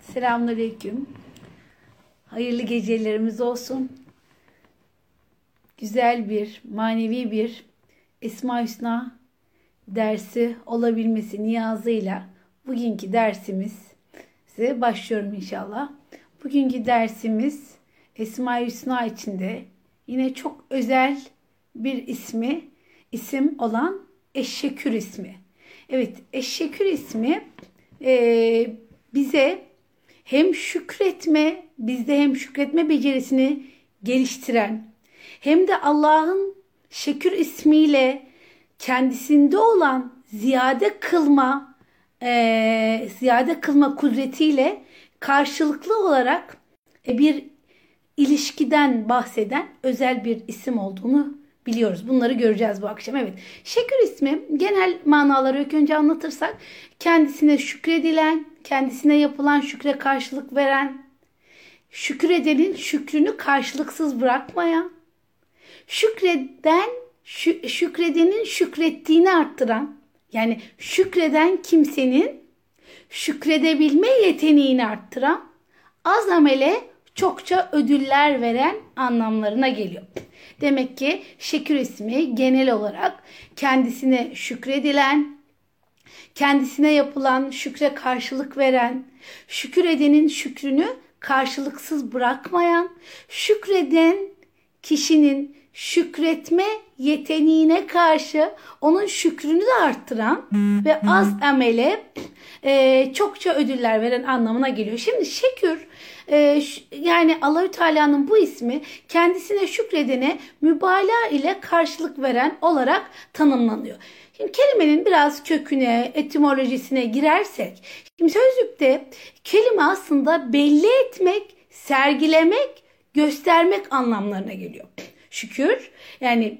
Selamünaleyküm. Hayırlı gecelerimiz olsun. Güzel bir, manevi bir Esma-i Hüsna dersi olabilmesi niyazıyla bugünkü dersimize başlıyorum inşallah. Bugünkü dersimiz Esma-i Hüsna içinde yine çok özel bir isim olan Eşşekür ismi. Evet, Eşşekür ismi bize bizde hem şükretme becerisini geliştiren, hem de Allah'ın Şekür ismiyle kendisinde olan ziyade kılma kudretiyle karşılıklı olarak bir ilişkiden bahseden özel bir isim olduğunu biliyoruz. Bunları göreceğiz bu akşam. Evet. Şekür ismi genel manaları ilk önce anlatırsak kendisine şükredilen, kendisine yapılan şükre karşılık veren, şükredenin şükrünü karşılıksız bırakmayan, şükredenin şükrettiğini arttıran, yani şükreden kimsenin şükredebilme yeteneğini arttıran, az amele çokça ödüller veren anlamlarına geliyor. Demek ki Şekür ismi genel olarak kendisine şükredilen, kendisine yapılan şükre karşılık veren, şükredenin şükrünü karşılıksız bırakmayan, şükreden kişinin şükretme yeteneğine karşı onun şükrünü de arttıran ve az amele çokça ödüller veren anlamına geliyor. Şimdi şekür yani Allahü Teala'nın bu ismi kendisine şükredene mübalağa ile karşılık veren olarak tanımlanıyor. Şimdi kelimenin biraz köküne, etimolojisine girersek, şimdi sözlükte kelime aslında belli etmek, sergilemek, göstermek anlamlarına geliyor. Şükür yani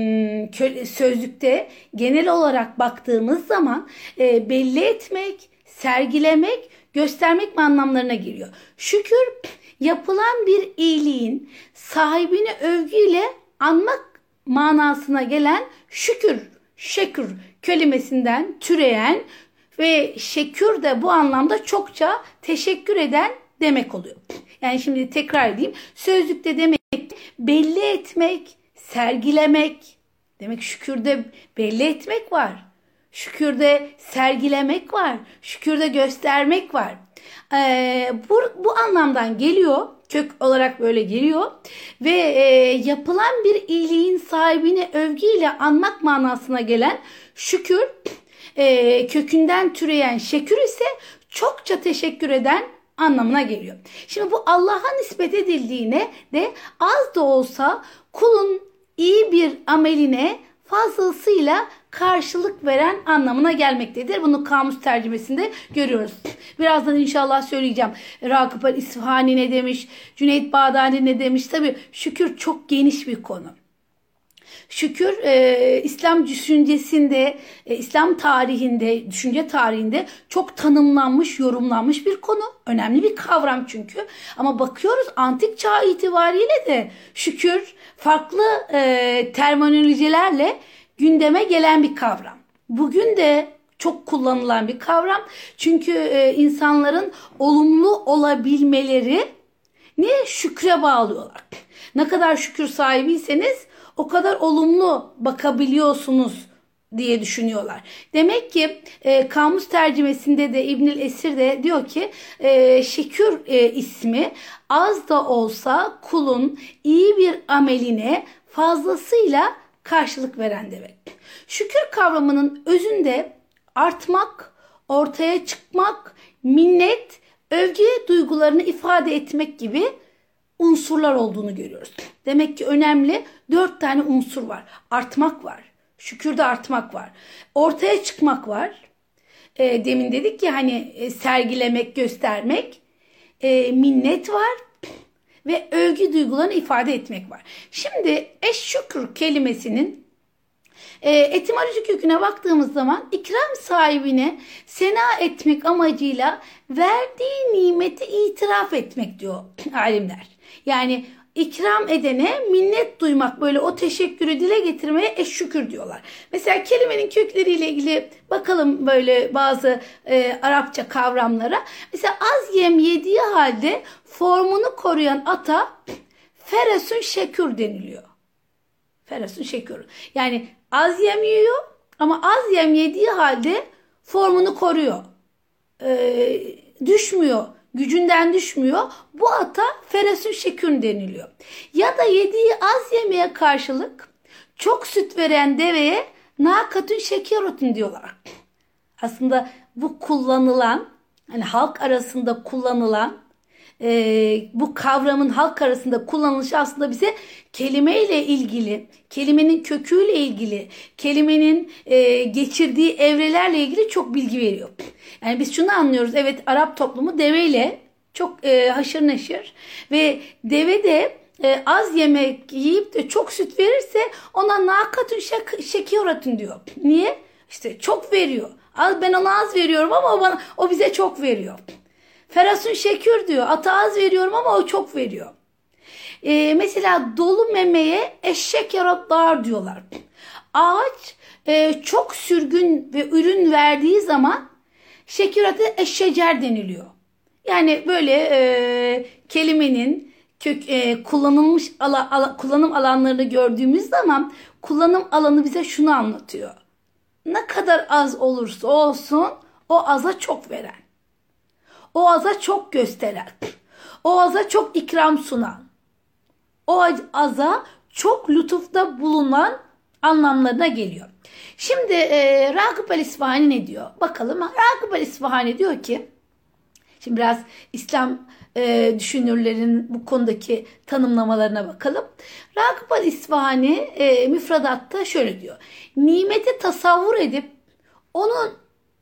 sözlükte genel olarak baktığımız zaman belli etmek, sergilemek, göstermek anlamlarına geliyor. Şükür yapılan bir iyiliğin sahibini övgüyle anmak manasına gelen şekür kelimesinden türeyen ve şekür de bu anlamda çokça teşekkür eden demek oluyor. Yani şimdi tekrar edeyim. Sözlükte demek belli etmek, sergilemek. Demek şükürde belli etmek var. Şükürde sergilemek var. Şükürde göstermek var. Bu anlamdan geliyor. Kök olarak böyle geliyor. Ve yapılan bir iyiliğin sahibini övgüyle anmak manasına gelen şükür, kökünden türeyen şekür ise çokça teşekkür eden anlamına geliyor. Şimdi bu Allah'a nispet edildiğine de az da olsa kulun iyi bir ameline fazlasıyla karşılık veren anlamına gelmektedir. Bunu kamus tercümesinde görüyoruz. Birazdan inşallah söyleyeceğim. Ragıp el-İsfahani ne demiş, Cüneyt Bağdadi ne demiş. Tabii şükür çok geniş bir konu. Şükür İslam düşüncesinde, İslam tarihinde, düşünce tarihinde çok tanımlanmış, yorumlanmış bir konu. Önemli bir kavram çünkü. Ama bakıyoruz antik çağ itibariyle de şükür farklı terminolojilerle gündeme gelen bir kavram. Bugün de çok kullanılan bir kavram. Çünkü insanların olumlu olabilmeleri şükre bağlıyorlar. Ne kadar şükür sahibiyseniz o kadar olumlu bakabiliyorsunuz diye düşünüyorlar. Demek ki kamus tercümesinde de İbnül Esir de diyor ki şekür ismi az da olsa kulun iyi bir ameline fazlasıyla karşılık veren demek. Şükür kavramının özünde artmak, ortaya çıkmak, minnet, övgü duygularını ifade etmek gibi unsurlar olduğunu görüyoruz. Demek ki önemli 4 tane unsur var. Artmak var. Şükürde artmak var. Ortaya çıkmak var. Demin dedik ya sergilemek, göstermek. Minnet var. Ve övgü duygularını ifade etmek var. Şimdi eşşükür kelimesinin etimolojik köküne baktığımız zaman ikram sahibine sena etmek amacıyla verdiği nimeti itiraf etmek diyor alimler. Yani ikram edene minnet duymak, böyle o teşekkürü dile getirmeye eşşükür diyorlar. Mesela kelimenin kökleriyle ilgili bakalım böyle bazı Arapça kavramlara. Mesela az yem yediği halde formunu koruyan ata feresün şekür deniliyor. Feresün şekür. Yani az yem yiyor ama az yem yediği halde formunu koruyor. Düşmüyor. Gücünden düşmüyor. Bu ata feresün şekür deniliyor. Ya da yediği az yemeğe karşılık çok süt veren deveye nakatün şekerotun diyorlar. Aslında bu kullanılan, hani halk arasında kullanılan, bu kavramın halk arasında kullanılışı aslında bize kelimeyle ilgili, kelimenin köküyle ilgili, kelimenin geçirdiği evrelerle ilgili çok bilgi veriyor. Yani biz şunu anlıyoruz. Evet, Arap toplumu deveyle çok haşır neşir ve deve de az yemek yiyip de çok süt verirse ona nakatun şekeratun diyor. Niye? İşte çok veriyor. Ben ona az veriyorum ama o bize çok veriyor. Ferasun şekür diyor. Ata az veriyorum ama o çok veriyor. Mesela dolu memeye eşek yaratlar diyorlar. Ağaç çok sürgün ve ürün verdiği zaman şekiratı eşşecer deniliyor. Yani böyle kelimenin kullanılmış kullanım alanlarını gördüğümüz zaman kullanım alanı bize şunu anlatıyor. Ne kadar az olursa olsun o aza çok veren, o aza çok gösteren, o aza çok ikram sunan, o aza çok lütufta bulunan anlamlarına geliyor. Şimdi Ragıp el-İsfahani ne diyor? Bakalım. Ragıp el-İsfahani diyor ki, şimdi biraz İslam düşünürlerin bu konudaki tanımlamalarına bakalım. Ragıp el-İsfahani müfredatta şöyle diyor. Nimeti tasavvur edip onu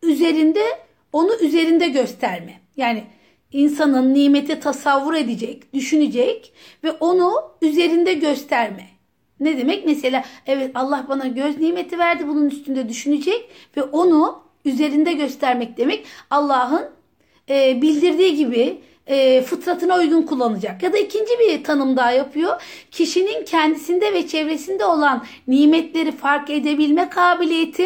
üzerinde gösterme. Yani insanın nimeti tasavvur edecek, düşünecek ve onu üzerinde gösterme. Ne demek? Mesela evet, Allah bana göz nimeti verdi, bunun üstünde düşünecek ve onu üzerinde göstermek demek. Allah'ın bildirdiği gibi fıtratına uygun kullanacak. Ya da ikinci bir tanım daha yapıyor. Kişinin kendisinde ve çevresinde olan nimetleri fark edebilme kabiliyeti.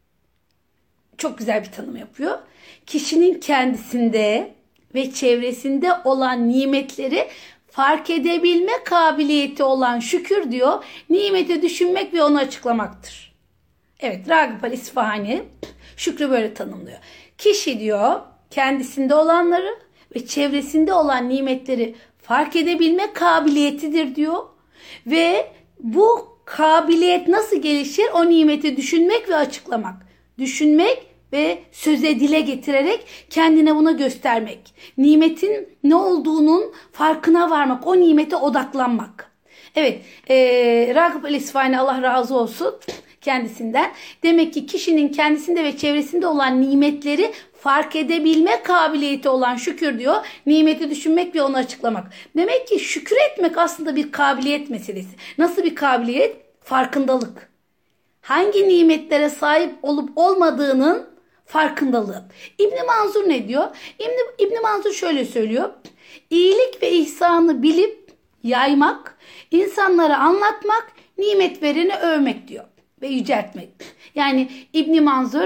Çok güzel bir tanım yapıyor. Kişinin kendisinde ve çevresinde olan nimetleri fark edebilme kabiliyeti olan şükür diyor, nimeti düşünmek ve onu açıklamaktır. Evet, Ragıp el-İsfahani şükrü böyle tanımlıyor. Kişi diyor, kendisinde olanları ve çevresinde olan nimetleri fark edebilme kabiliyetidir diyor. Ve bu kabiliyet nasıl gelişir? O nimeti düşünmek ve açıklamak. Düşünmek ve söze dile getirerek kendine bunu göstermek. Nimetin ne olduğunun farkına varmak. O nimete odaklanmak. Evet, Ragıp el-İsfahani, Allah razı olsun kendisinden. Demek ki kişinin kendisinde ve çevresinde olan nimetleri fark edebilme kabiliyeti olan şükür diyor. Nimeti düşünmek ve onu açıklamak. Demek ki şükür etmek aslında bir kabiliyet meselesi. Nasıl bir kabiliyet? Farkındalık. Hangi nimetlere sahip olup olmadığının farkındalığı. İbn Manzur ne diyor? İbn Manzur şöyle söylüyor. İyilik ve ihsanı bilip yaymak, insanlara anlatmak, nimet vereni övmek diyor ve yüceltmek. Yani İbn Manzur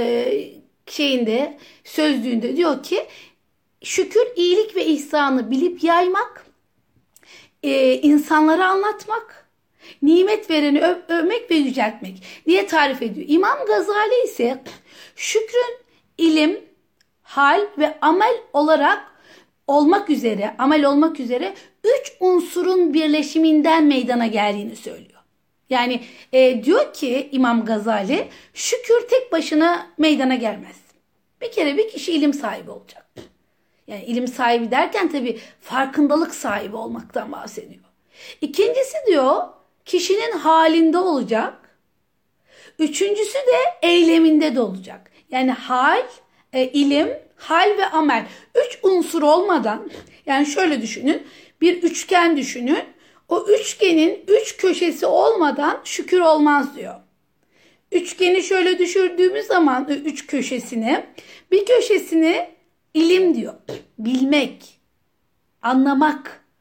sözlüğünde diyor ki, şükür iyilik ve ihsanı bilip yaymak, insanlara anlatmak, nimet vereni övmek ve yüceltmek diye tarif ediyor. İmam Gazali ise şükrün ilim, hal ve amel olmak üzere 3 unsurun birleşiminden meydana geldiğini söylüyor. Yani diyor ki İmam Gazali, şükür tek başına meydana gelmez. Bir kere bir kişi ilim sahibi olacak. Yani ilim sahibi derken tabii farkındalık sahibi olmaktan bahsediyor. İkincisi diyor, kişinin halinde olacak. Üçüncüsü de eyleminde de olacak. Yani ilim, hal ve amel. 3 unsur olmadan, yani şöyle düşünün, bir üçgen düşünün. O üçgenin 3 köşesi olmadan şükür olmaz diyor. Üçgeni şöyle düşürdüğümüz zaman 3 köşesini, bir köşesini ilim diyor. Bilmek, anlamak,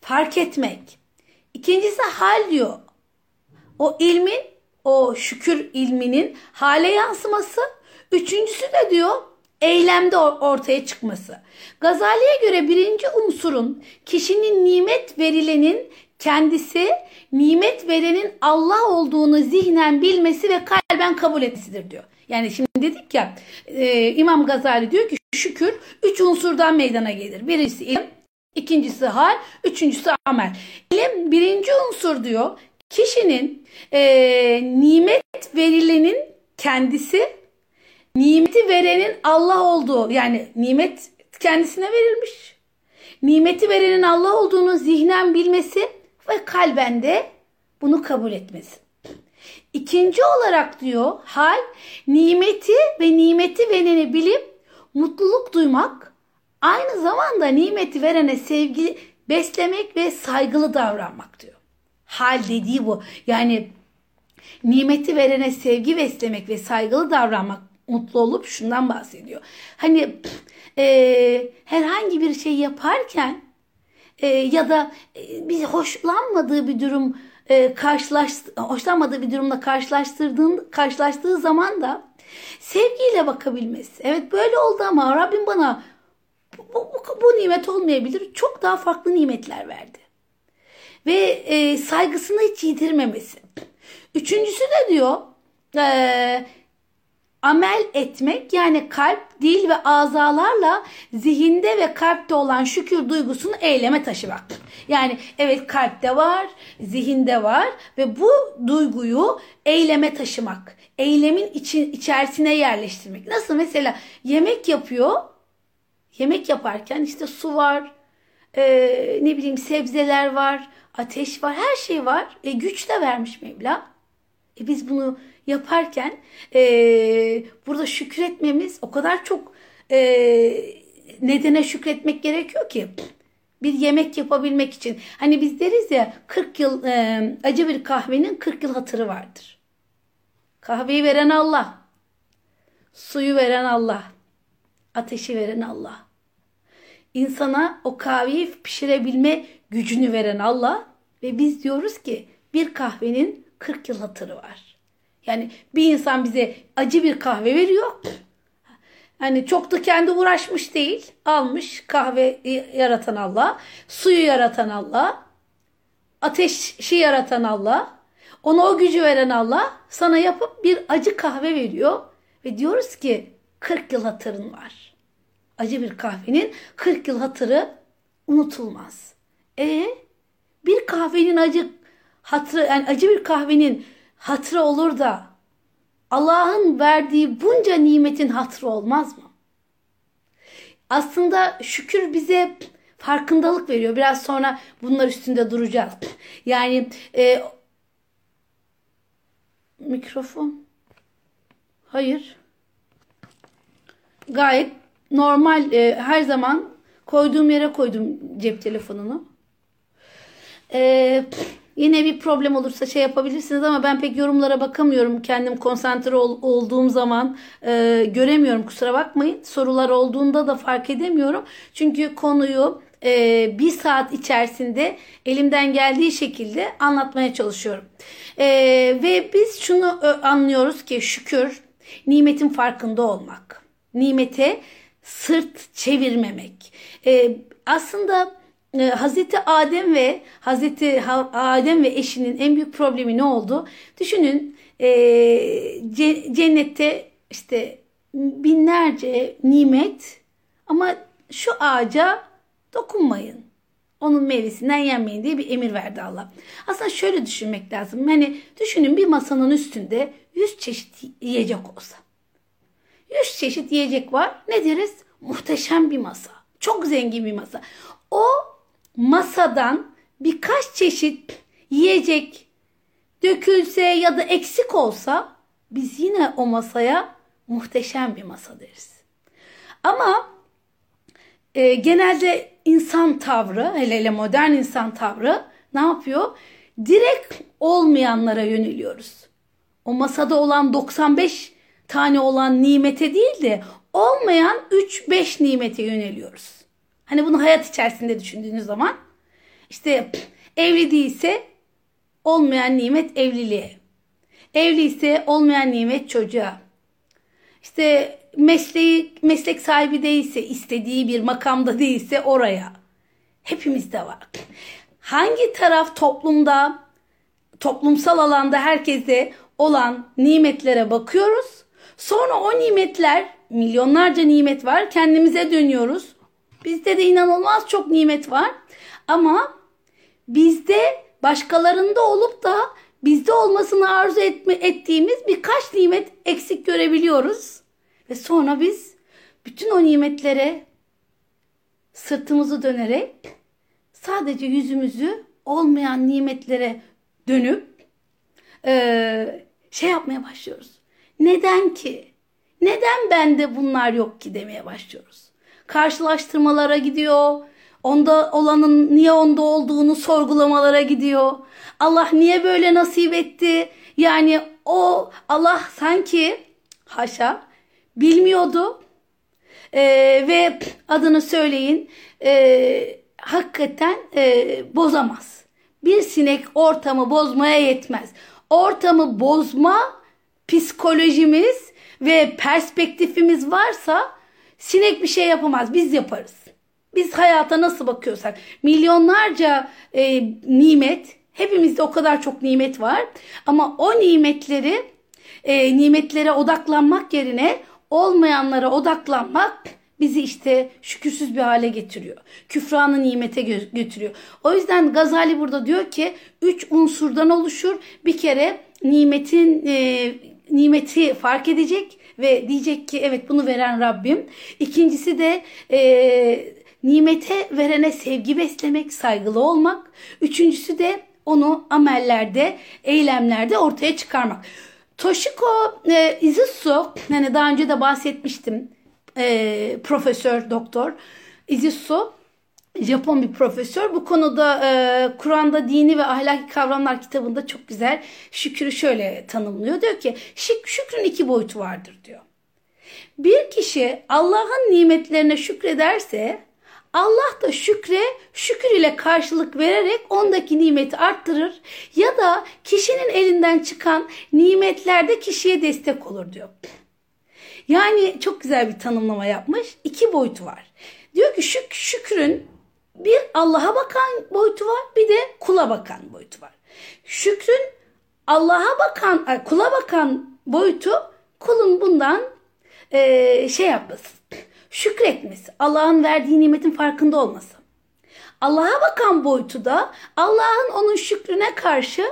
fark etmek. İkincisi hal diyor. O ilmin, o şükür ilminin hale yansıması. Üçüncüsü de diyor eylemde ortaya çıkması. Gazali'ye göre birinci unsurun kişinin nimet verilenin kendisi, nimet verenin Allah olduğunu zihnen bilmesi ve kalben kabul etmesidir diyor. Yani şimdi dedik ya İmam Gazali diyor ki şükür 3 unsurdan meydana gelir. Birisi ilim, ikincisi hal, üçüncüsü amel. İlim birinci unsur diyor. Kişinin nimet verilenin kendisi, nimeti verenin Allah olduğu, yani nimet kendisine verilmiş. Nimeti verenin Allah olduğunu zihnen bilmesi ve kalben de bunu kabul etmesi. İkinci olarak diyor hal, nimeti ve nimeti vereni bilip mutluluk duymak, aynı zamanda nimeti verene sevgi beslemek ve saygılı davranmak diyor. Hal dediği bu. Yani nimeti verene sevgi beslemek ve saygılı davranmak, mutlu olup şundan bahsediyor. Hani herhangi bir şey yaparken ya da bir hoşlanmadığı bir durum hoşlanmadığı bir durumla karşılaştığı zaman da sevgiyle bakabilmesi. Evet böyle oldu ama Rabbim bana bu nimet olmayabilir. Çok daha farklı nimetler verdi. Ve saygısını hiç yitirmemesi. Üçüncüsü de diyor amel etmek, yani kalp, dil ve azalarla zihinde ve kalpte olan şükür duygusunu eyleme taşımak. Yani evet kalpte var, zihinde var ve bu duyguyu eyleme taşımak. Eylemin içerisine yerleştirmek. Nasıl mesela yemek yapıyor, yemek yaparken işte su var, ne bileyim sebzeler var, ateş var, her şey var. Güç de vermiş Mevla. Biz bunu yaparken burada şükretmemiz o kadar çok nedene şükretmek gerekiyor ki bir yemek yapabilmek için. Hani biz deriz ya 40 yıl acı bir kahvenin 40 yıl hatırı vardır. Kahveyi veren Allah, suyu veren Allah, ateşi veren Allah. İnsana o kahveyi pişirebilme gücünü veren Allah ve biz diyoruz ki bir kahvenin 40 yıl hatırı var. Yani bir insan bize acı bir kahve veriyor. Hani çok da kendi uğraşmış değil. Almış, kahve yaratan Allah, suyu yaratan Allah, ateşi yaratan Allah, ona o gücü veren Allah sana yapıp bir acı kahve veriyor. Ve diyoruz ki 40 yıl hatırın var. Acı bir kahvenin 40 yıl hatırı unutulmaz. Bir kahvenin hatırı, yani acı bir kahvenin hatırı olur da Allah'ın verdiği bunca nimetin hatırı olmaz mı? Aslında şükür bize farkındalık veriyor. Biraz sonra bunlar üstünde duracağız. Yani mikrofon. Hayır. Gayet normal, her zaman koyduğum yere koydum cep telefonunu. Yine bir problem olursa şey yapabilirsiniz ama ben pek yorumlara bakamıyorum. Kendim konsantre olduğum zaman göremiyorum, kusura bakmayın. Sorular olduğunda da fark edemiyorum. Çünkü konuyu bir saat içerisinde elimden geldiği şekilde anlatmaya çalışıyorum. Ve biz şunu anlıyoruz ki şükür, nimetin farkında olmak. Nimete sırt çevirmemek. Aslında Hazreti Adem ve eşinin en büyük problemi ne oldu? Düşünün, cennette işte binlerce nimet ama şu ağaca dokunmayın, onun meyvesinden yenmeyin diye bir emir verdi Allah. Aslında şöyle düşünmek lazım. Hani düşünün, bir masanın üstünde 100 çeşit yiyecek olsa. 100 çeşit yiyecek var. Ne deriz? Muhteşem bir masa. Çok zengin bir masa. O masadan birkaç çeşit yiyecek dökülse ya da eksik olsa biz yine o masaya muhteşem bir masa deriz. Ama genelde insan tavrı, hele hele modern insan tavrı ne yapıyor? Direkt olmayanlara yöneliyoruz. O masada olan 95 tane olan nimete değil de olmayan 3-5 nimete yöneliyoruz. Hani bunu hayat içerisinde düşündüğünüz zaman İşte evli değilse olmayan nimet evliliğe. Evliyse olmayan nimet çocuğa. İşte meslek sahibi değilse, istediği bir makamda değilse oraya. Hepimizde var. Hangi taraf toplumda, toplumsal alanda herkeste olan nimetlere bakıyoruz. Sonra o nimetler, milyonlarca nimet var. Kendimize dönüyoruz. Bizde de inanılmaz çok nimet var. Ama bizde başkalarında olup da bizde olmasını arzu ettiğimiz birkaç nimet eksik görebiliyoruz. Ve sonra biz bütün o nimetlere sırtımızı dönerek sadece yüzümüzü olmayan nimetlere dönüp şey yapmaya başlıyoruz. Neden ki? Neden bende bunlar yok ki demeye başlıyoruz. Karşılaştırmalara gidiyor. Onda olanın niye onda olduğunu sorgulamalara gidiyor. Allah niye böyle nasip etti? Yani o Allah sanki haşa bilmiyordu. Ve adını söyleyin hakikaten bozamaz. Bir sinek ortamı bozmaya yetmez. Ortamı bozma psikolojimiz ve perspektifimiz varsa sinek bir şey yapamaz. Biz yaparız. Biz hayata nasıl bakıyorsak milyonlarca nimet, hepimizde o kadar çok nimet var ama o nimetlere odaklanmak yerine olmayanlara odaklanmak bizi işte şükürsüz bir hale getiriyor. Küfranı nimete götürüyor. O yüzden Gazali burada diyor ki 3 unsurdan oluşur. Bir kere nimeti fark edecek ve diyecek ki evet bunu veren Rabbim. İkincisi de nimete verene sevgi beslemek, saygılı olmak. Üçüncüsü de onu amellerde, eylemlerde ortaya çıkarmak. Toshiko Izutsu, hani daha önce de bahsetmiştim, profesör, doktor Izutsu, Japon bir profesör. Bu konuda Kur'an'da dini ve ahlaki kavramlar kitabında çok güzel şükrü şöyle tanımlıyor. Diyor ki şükrün 2 boyutu vardır diyor. Bir kişi Allah'ın nimetlerine şükrederse Allah da şükür ile karşılık vererek ondaki nimeti arttırır ya da kişinin elinden çıkan nimetlerde kişiye destek olur diyor. Yani çok güzel bir tanımlama yapmış. 2 boyutu var. Diyor ki şükrün bir Allah'a bakan boyutu var, bir de kula bakan boyutu var. Şükrün kula bakan boyutu kulun bundan şey yapması, şükretmesi, Allah'ın verdiği nimetin farkında olması. Allah'a bakan boyutu da Allah'ın onun şükrüne karşı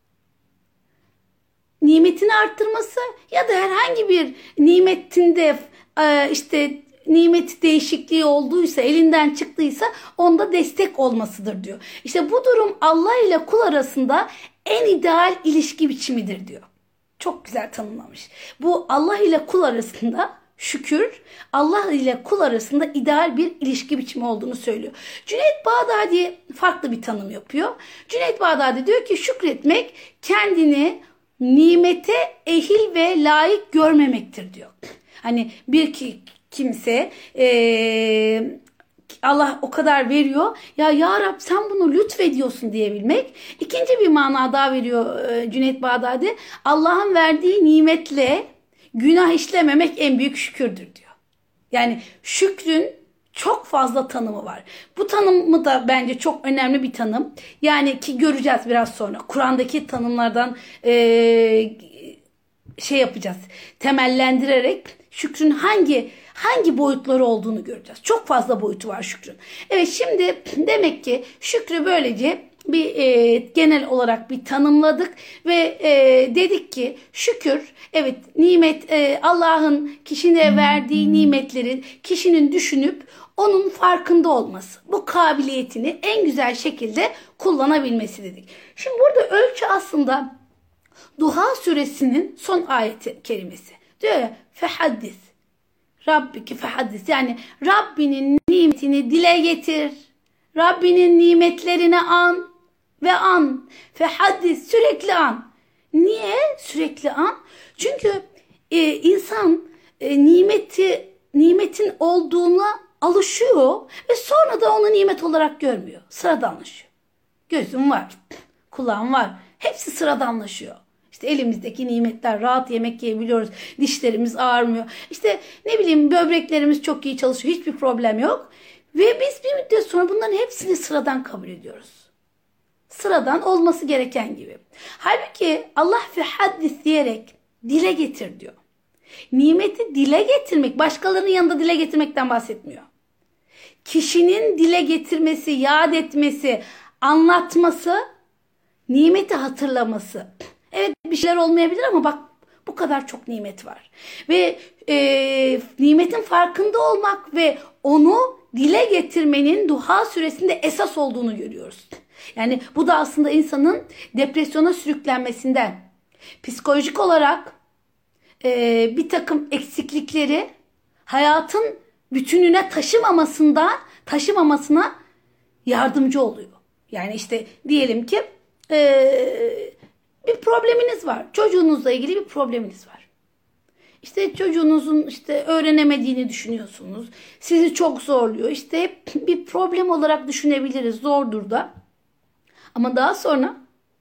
nimetini arttırması ya da herhangi bir nimetinde işte nimet değişikliği olduysa, elinden çıktıysa onda destek olmasıdır diyor. İşte bu durum Allah ile kul arasında en ideal ilişki biçimidir diyor. Çok güzel tanımlamış. Bu Allah ile kul arasında şükür, Allah ile kul arasında ideal bir ilişki biçimi olduğunu söylüyor. Cüneyt Bağdadi farklı bir tanım yapıyor. Cüneyt Bağdadi diyor ki şükretmek kendini nimete ehil ve layık görmemektir diyor. Hani bir kimse Allah o kadar veriyor. Ya Rab sen bunu lütfediyorsun diyebilmek. İkinci bir mana daha veriyor Cüneyt Bağdadi. Allah'ın verdiği nimetle günah işlememek en büyük şükürdür diyor. Yani şükrün çok fazla tanımı var. Bu tanımı da bence çok önemli bir tanım. Yani ki göreceğiz biraz sonra. Kur'an'daki tanımlardan şey yapacağız. Temellendirerek şükrün hangi boyutları olduğunu göreceğiz. Çok fazla boyutu var şükrün. Evet, şimdi demek ki şükrü böylece bir genel olarak bir tanımladık ve dedik ki şükür, evet, nimet, Allah'ın kişine verdiği nimetleri kişinin düşünüp onun farkında olması, bu kabiliyetini en güzel şekilde kullanabilmesi dedik. Şimdi burada ölçü aslında Duha suresinin son ayeti kerimesi. Diyor ya fehaddis. Rabbiki fehaddis. Yani Rabbinin nimetini dile getir. Rabbinin nimetlerini an ve an. Fehaddis, sürekli an. Niye sürekli an? Çünkü insan nimetin olduğuna alışıyor ve sonra da onu nimet olarak görmüyor. Sıradanlaşıyor. Gözüm var, kulağım var. Hepsi sıradanlaşıyor. İşte elimizdeki nimetler, rahat yemek yiyebiliyoruz. Dişlerimiz ağrımıyor. İşte ne bileyim böbreklerimiz çok iyi çalışıyor. Hiçbir problem yok. Ve biz bir müddet sonra bunların hepsini sıradan kabul ediyoruz. Sıradan olması gereken gibi. Halbuki Allah fi haddis diyerek dile getir diyor. Nimeti dile getirmek, başkalarının yanında dile getirmekten bahsetmiyor. Kişinin dile getirmesi, yad etmesi, anlatması, nimeti hatırlaması. Evet bir şeyler olmayabilir ama bak bu kadar çok nimet var. Ve nimetin farkında olmak ve onu dile getirmenin duha süresinde esas olduğunu görüyoruz. Yani bu da aslında insanın depresyona sürüklenmesinden, psikolojik olarak bir takım eksiklikleri hayatın bütününe taşımamasına yardımcı oluyor. Yani işte diyelim ki bir probleminiz var. Çocuğunuzla ilgili bir probleminiz var. İşte çocuğunuzun işte öğrenemediğini düşünüyorsunuz. Sizi çok zorluyor. İşte hep bir problem olarak düşünebiliriz. Zordur da. Ama daha sonra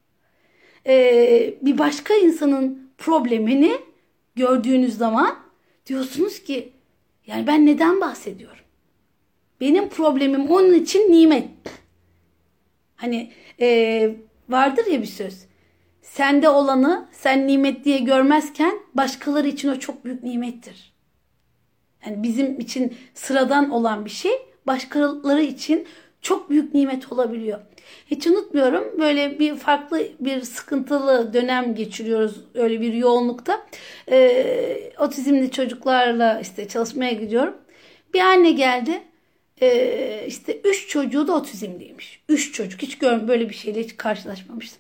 bir başka insanın problemini gördüğünüz zaman diyorsunuz ki yani ben neden bahsediyorum? Benim problemim onun için nimet. Hani vardır ya bir söz. Sende olanı sen nimet diye görmezken başkaları için o çok büyük nimettir. Yani bizim için sıradan olan bir şey başkaları için çok büyük nimet olabiliyor. Hiç unutmuyorum böyle bir farklı bir sıkıntılı dönem geçiriyoruz öyle bir yoğunlukta. Otizmli çocuklarla işte çalışmaya gidiyorum. Bir anne geldi. İşte 3 çocuğu da otizmliymiş. 3 çocuk. Hiç böyle bir şeyle hiç karşılaşmamıştım.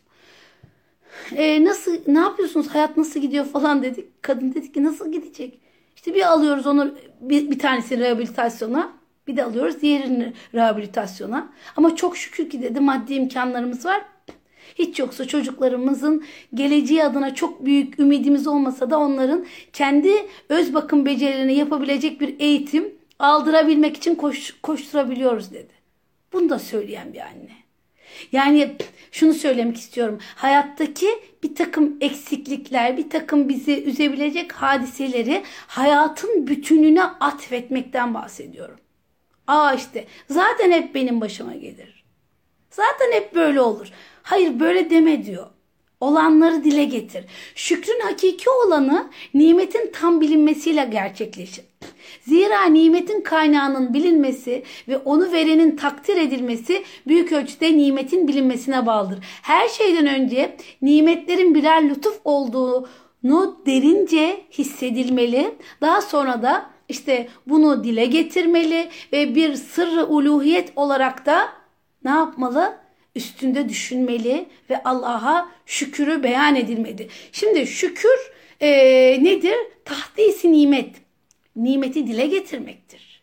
Ne yapıyorsunuz? Hayat nasıl gidiyor falan dedik. Kadın dedi ki nasıl gidecek? İşte bir alıyoruz onu bir tanesini rehabilitasyona. Bir de alıyoruz diğerini rehabilitasyona. Ama çok şükür ki dedi maddi imkanlarımız var. Hiç yoksa çocuklarımızın geleceği adına çok büyük ümidimiz olmasa da onların kendi öz bakım becerilerini yapabilecek bir eğitim aldırabilmek için koşturabiliyoruz dedi. Bunu da söyleyen bir anne. Yani şunu söylemek istiyorum. Hayattaki bir takım eksiklikler, bir takım bizi üzebilecek hadiseleri hayatın bütününe atfetmekten bahsediyorum. İşte zaten hep benim başıma gelir. Zaten hep böyle olur. Hayır böyle deme diyor. Olanları dile getir. Şükrün hakiki olanı nimetin tam bilinmesiyle gerçekleşir. Zira nimetin kaynağının bilinmesi ve onu verenin takdir edilmesi büyük ölçüde nimetin bilinmesine bağlıdır. Her şeyden önce nimetlerin birer lütuf olduğunu derince hissedilmeli. Daha sonra da işte bunu dile getirmeli ve bir sırrı uluhiyet olarak da ne yapmalı? Üstünde düşünmeli ve Allah'a şükürü beyan edilmeli. Şimdi şükür nedir? Tahdis-i nimet. Nimeti dile getirmektir.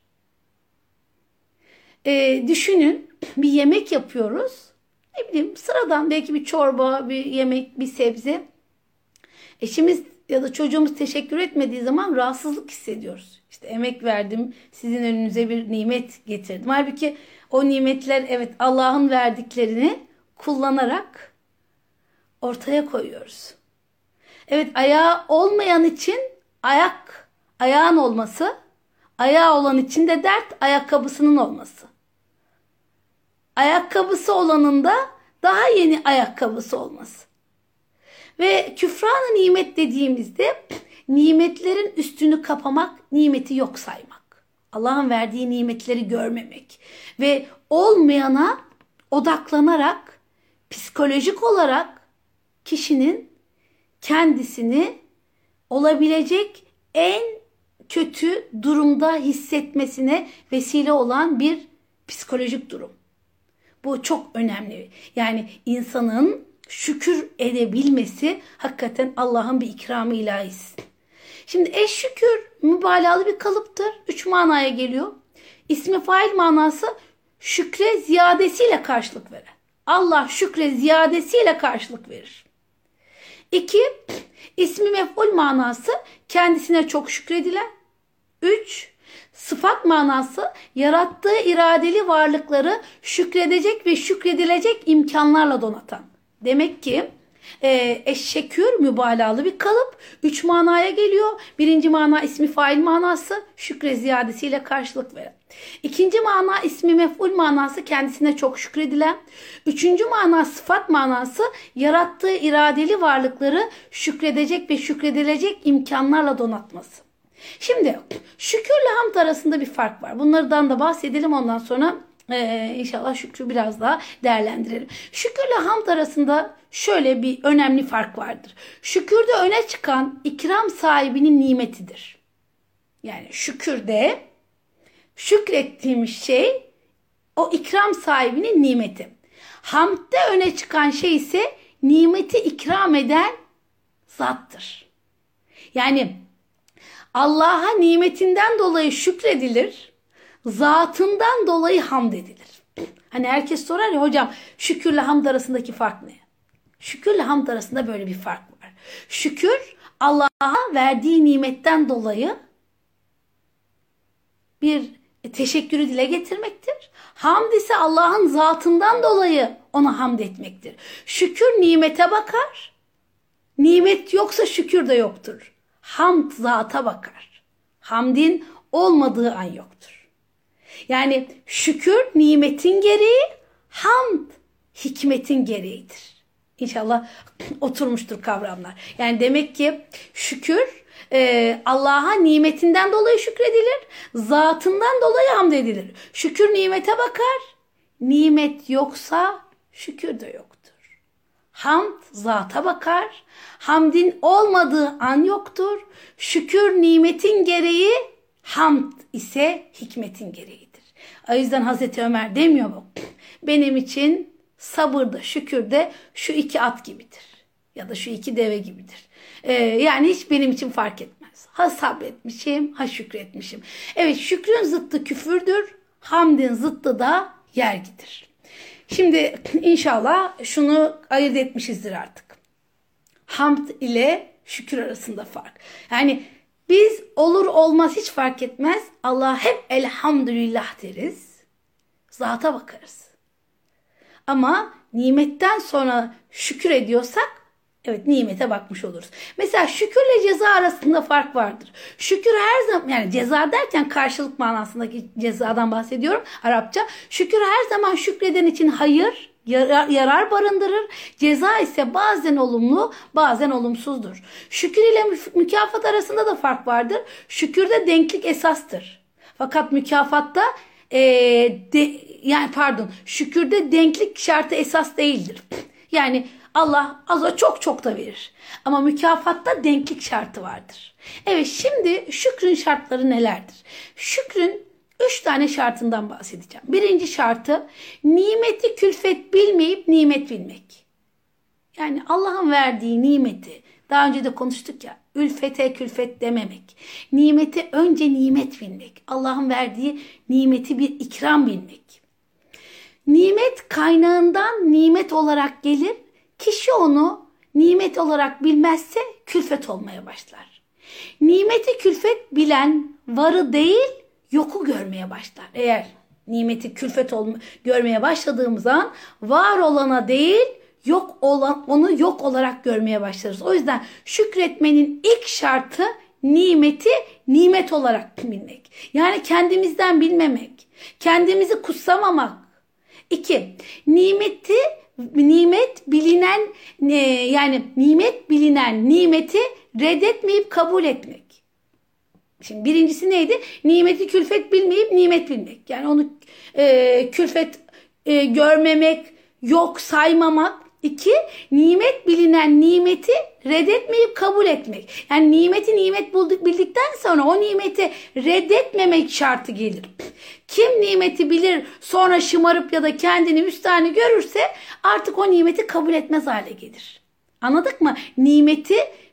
Düşünün bir yemek yapıyoruz. Ne bileyim sıradan belki bir çorba, bir yemek, bir sebze. Eşimiz ya da çocuğumuz teşekkür etmediği zaman rahatsızlık hissediyoruz. İşte emek verdim, sizin önünüze bir nimet getirdim. Halbuki o nimetler evet Allah'ın verdiklerini kullanarak ortaya koyuyoruz. Evet ayağı olmayan için ayağın olması, ayağı olan için de dert ayakkabısının olması. Ayakkabısı olanın da daha yeni ayakkabısı olması. Ve küfran-ı nimet dediğimizde nimetlerin üstünü kapamak, nimeti yok saymak. Allah'ın verdiği nimetleri görmemek ve olmayana odaklanarak psikolojik olarak kişinin kendisini olabilecek en kötü durumda hissetmesine vesile olan bir psikolojik durum. Bu çok önemli. Yani insanın şükür edebilmesi hakikaten Allah'ın bir ikramı ilahisi. Şimdi eşşükür mübalağalı bir kalıptır. 3 manaya geliyor. İsmi fail manası şükre ziyadesiyle karşılık verir. Allah şükre ziyadesiyle karşılık verir. 2. İsmi mef'ul manası kendisine çok şükredilen. 3. Sıfat manası yarattığı iradeli varlıkları şükredecek ve şükredilecek imkanlarla donatan. Demek ki eşşekür mübalağalı bir kalıp. 3 manaya geliyor. Birinci mana ismi fail manası, şükre ziyadesiyle karşılık veren. İkinci mana ismi mef'ul manası, kendisine çok şükredilen. Üçüncü mana sıfat manası yarattığı iradeli varlıkları şükredecek ve şükredilecek imkanlarla donatması. Şimdi şükürle hamd arasında bir fark var. Bunlardan da bahsedelim, ondan sonra İnşallah şükrü biraz daha değerlendirelim. Şükürle hamd arasında şöyle bir önemli fark vardır. Şükürde öne çıkan ikram sahibinin nimetidir. Yani şükürde şükrettiğimiz şey o ikram sahibinin nimeti. Hamdde öne çıkan şey ise nimeti ikram eden zattır. Yani Allah'a nimetinden dolayı şükredilir, zatından dolayı hamd edilir. Hani herkes sorar ya, hocam şükürle hamd arasındaki fark ne? Şükürle hamd arasında böyle bir fark var. Şükür Allah'a verdiği nimetten dolayı bir teşekkürü dile getirmektir. Hamd ise Allah'ın zatından dolayı ona hamd etmektir. Şükür nimete bakar. Nimet yoksa şükür de yoktur. Hamd zata bakar. Hamdin olmadığı an yoktur. Yani şükür nimetin gereği, hamd hikmetin gereğidir. İnşallah oturmuştur kavramlar. Yani demek ki şükür Allah'a nimetinden dolayı şükredilir, zatından dolayı hamd edilir. Şükür nimete bakar, nimet yoksa şükür de yoktur. Hamd zata bakar, hamdin olmadığı an yoktur. Şükür nimetin gereği, hamd ise hikmetin gereğidir. O yüzden Hazreti Ömer demiyor mu? Benim için sabır da şükür de şu 2 at gibidir. Ya da şu 2 deve gibidir. Yani hiç benim için fark etmez. Ha sabretmişim, ha şükretmişim. Evet, şükrün zıttı küfürdür. Hamdin zıttı da yergidir. Şimdi inşallah şunu ayırt etmişizdir artık. Hamd ile şükür arasında fark. Yani biz olur olmaz hiç fark etmez, Allah'a hep elhamdülillah deriz. Zata bakarız. Ama nimetten sonra şükür ediyorsak, evet, nimete bakmış oluruz. Mesela şükürle ceza arasında fark vardır. Şükür her zaman, yani ceza derken karşılık manasındaki cezadan bahsediyorum Arapça. Şükür her zaman şükreden için hayır, yarar barındırır. Ceza ise bazen olumlu, bazen olumsuzdur. Şükür ile mükafat arasında da fark vardır. Şükürde denklik esastır. Fakat mükafatta şükürde denklik şartı esas değildir. Yani Allah aza çok da verir. Ama mükafatta denklik şartı vardır. Evet, şimdi şükrün şartları nelerdir? Şükrün 3 tane şartından bahsedeceğim. Birinci şartı, nimeti külfet bilmeyip nimet bilmek. Yani Allah'ın verdiği nimeti, daha önce de konuştuk ya, ülfete külfet dememek. Nimeti önce nimet bilmek. Allah'ın verdiği nimeti bir ikram bilmek. Nimet kaynağından nimet olarak gelir. Kişi onu nimet olarak bilmezse külfet olmaya başlar. Nimeti külfet bilen varı değil, yoku görmeye başlar. Eğer nimeti külfet görmeye başladığımız an var olana değil, onu yok olarak görmeye başlarız. O yüzden şükretmenin ilk şartı nimeti nimet olarak bilmek. Yani kendimizden bilmemek, kendimizi kutsamamak. 2. Nimet bilinen nimeti reddetmeyip kabul etmek. Şimdi birincisi neydi? Nimeti külfet bilmeyip nimet bilmek. Yani onu külfet görmemek, yok saymamak. 2. Nimet bilinen nimeti reddetmeyip kabul etmek. Yani nimeti nimet bildikten sonra o nimeti reddetmemek şartı gelir. Kim nimeti bilir sonra şımarıp ya da kendini üstani görürse artık o nimeti kabul etmez hale gelir. Anladık mı? Nimet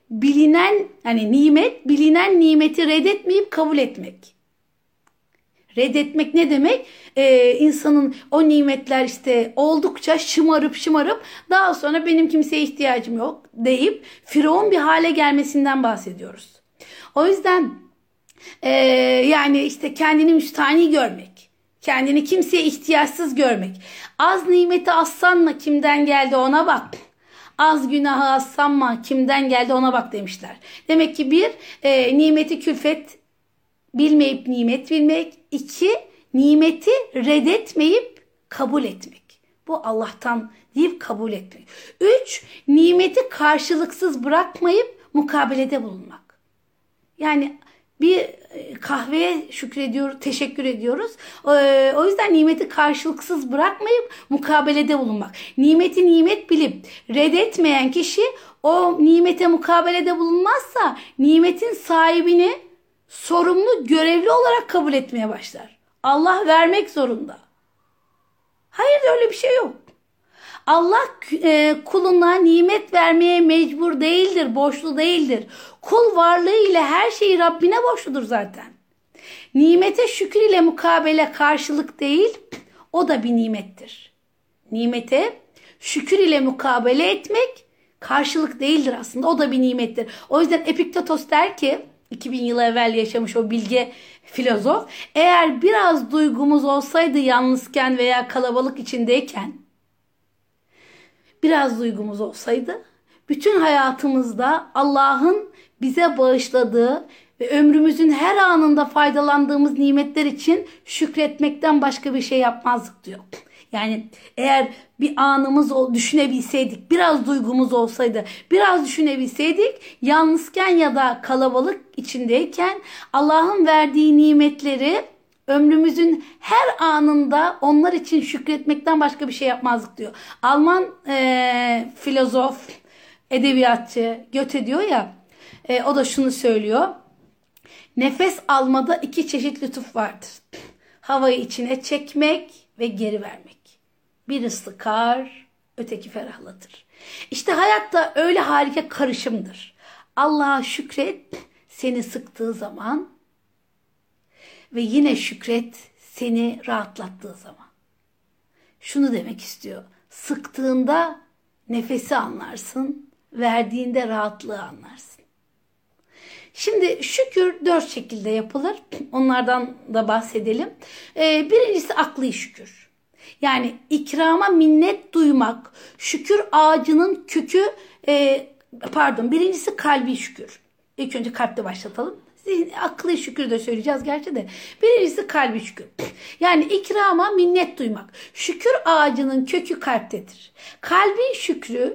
bilinen nimeti reddetmeyip kabul etmek. Reddetmek ne demek? İnsanın o nimetler işte oldukça şımarıp daha sonra benim kimseye ihtiyacım yok deyip firavun bir hale gelmesinden bahsediyoruz. O yüzden Yani işte kendini müstahni görmek. Kendini kimseye ihtiyaçsız görmek. Az nimeti az sanma, kimden geldi ona bak. Az günahı az sanma, kimden geldi ona bak demişler. Demek ki bir, nimeti külfet bilmeyip nimet bilmek. İki, nimeti reddetmeyip kabul etmek. Bu Allah'tan deyip kabul etmek. Üç, nimeti karşılıksız bırakmayıp mukabelede bulunmak. Yani bir kahveye teşekkür ediyoruz. O yüzden nimeti karşılıksız bırakmayıp mukabelede bulunmak. Nimeti nimet bilip reddetmeyen kişi o nimete mukabelede bulunmazsa nimetin sahibini sorumlu, görevli olarak kabul etmeye başlar. Allah vermek zorunda. Hayır, öyle bir şey yok. Allah kuluna nimet vermeye mecbur değildir, borçlu değildir. Kul varlığı ile her şeyi Rabbine borçludur zaten. Nimete şükür ile mukabele karşılık değil, o da bir nimettir. Nimete şükür ile mukabele etmek karşılık değildir aslında, o da bir nimettir. O yüzden Epiktetos der ki, 2000 yıl evvel yaşamış o bilge filozof, eğer biraz duygumuz olsaydı yalnızken veya kalabalık içindeyken, biraz duygumuz olsaydı, bütün hayatımızda Allah'ın bize bağışladığı ve ömrümüzün her anında faydalandığımız nimetler için şükretmekten başka bir şey yapmazdık diyor. Yani eğer bir anımız düşünebilseydik, biraz duygumuz olsaydı, biraz düşünebilseydik, yalnızken ya da kalabalık içindeyken Allah'ın verdiği nimetleri ömrümüzün her anında onlar için şükretmekten başka bir şey yapmazdık diyor. Alman filozof, edebiyatçı Goethe diyor ya, o da şunu söylüyor. Nefes almada iki çeşit lütuf vardır. Havayı içine çekmek ve geri vermek. Biri sıkar, öteki ferahlatır. İşte hayatta öyle harika karışımdır. Allah'a şükret seni sıktığı zaman ve yine şükret seni rahatlattığı zaman. Şunu demek istiyor. Sıktığında nefesi anlarsın, verdiğinde rahatlığı anlarsın. Şimdi şükür 4 şekilde yapılır. Onlardan da bahsedelim. Birincisi akli şükür. Yani ikrama minnet duymak, şükür ağacının kökü, birincisi kalbi şükür. İlk önce kalpte başlatalım. Akli şükür de söyleyeceğiz gerçi de. Birincisi kalbi şükür. Yani ikrama minnet duymak. Şükür ağacının kökü kalptedir. Kalbi şükrü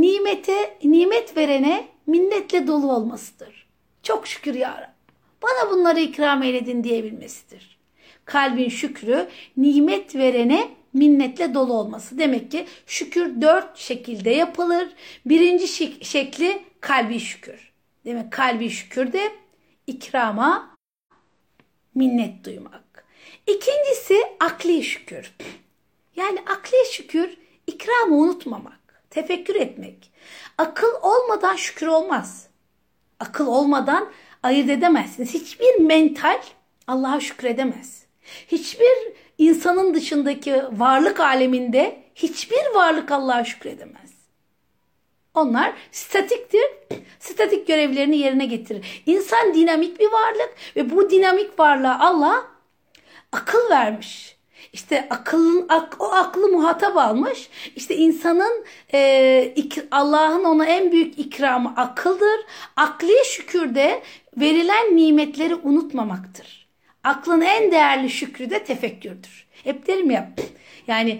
nimet verene minnetle dolu olmasıdır. Çok şükür ya Rabbi, bana bunları ikram eyledin diyebilmesidir. Kalbin şükrü nimet verene minnetle dolu olması. Demek ki şükür 4 şekilde yapılır. Birinci şekli kalbi şükür. Demek kalbi şükür de ikrama minnet duymak. İkincisi akli şükür. Yani akli şükür ikramı unutmamak, tefekkür etmek. Akıl olmadan şükür olmaz. Akıl olmadan ayırt edemezsiniz. Hiçbir mental Allah'a şükredemez. Hiçbir insanın dışındaki varlık aleminde hiçbir varlık Allah'a şükredemez. Onlar statiktir. Statik görevlerini yerine getirir. İnsan dinamik bir varlık ve bu dinamik varlığa Allah akıl vermiş. İşte o aklı muhatap almış. İşte insanın Allah'ın ona en büyük ikramı akıldır. Akli şükür de verilen nimetleri unutmamaktır. Aklın en değerli şükrü de tefekkürdür. Hep derim ya. Yani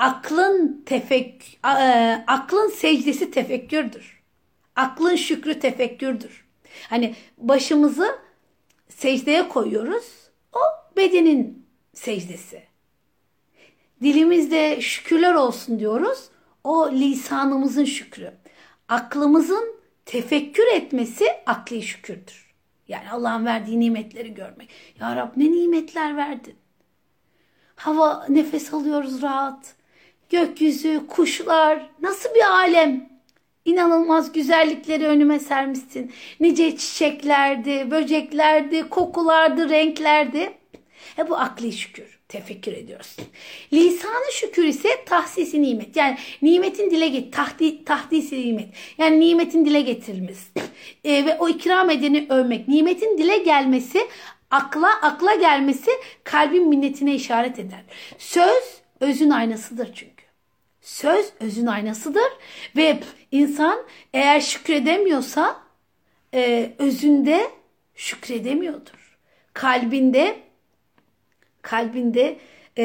aklın secdesi tefekkürdür. Aklın şükrü tefekkürdür. Hani başımızı secdeye koyuyoruz. O bedenin secdesi. Dilimizde şükürler olsun diyoruz. O lisanımızın şükrü. Aklımızın tefekkür etmesi akli şükürdür. Yani Allah'ın verdiği nimetleri görmek. Ya Rab, ne nimetler verdin. Hava, nefes alıyoruz rahat. Gökyüzü, kuşlar, nasıl bir alem. İnanılmaz güzellikleri önüme sermişsin. Nice çiçeklerdi, böceklerdi, kokulardı, renklerdi. Bu akli şükür. Tefekkür ediyoruz. Lisan-ı şükür ise tahsisi nimet. Yani nimetin tahdisi nimet. Yani nimetin dile getirilmesi. Ve o ikram edeni övmek. Nimetin dile gelmesi Akla gelmesi kalbin minnetine işaret eder. Söz özün aynasıdır çünkü. Söz özün aynasıdır ve insan eğer şükredemiyorsa özünde şükredemiyordur. Kalbinde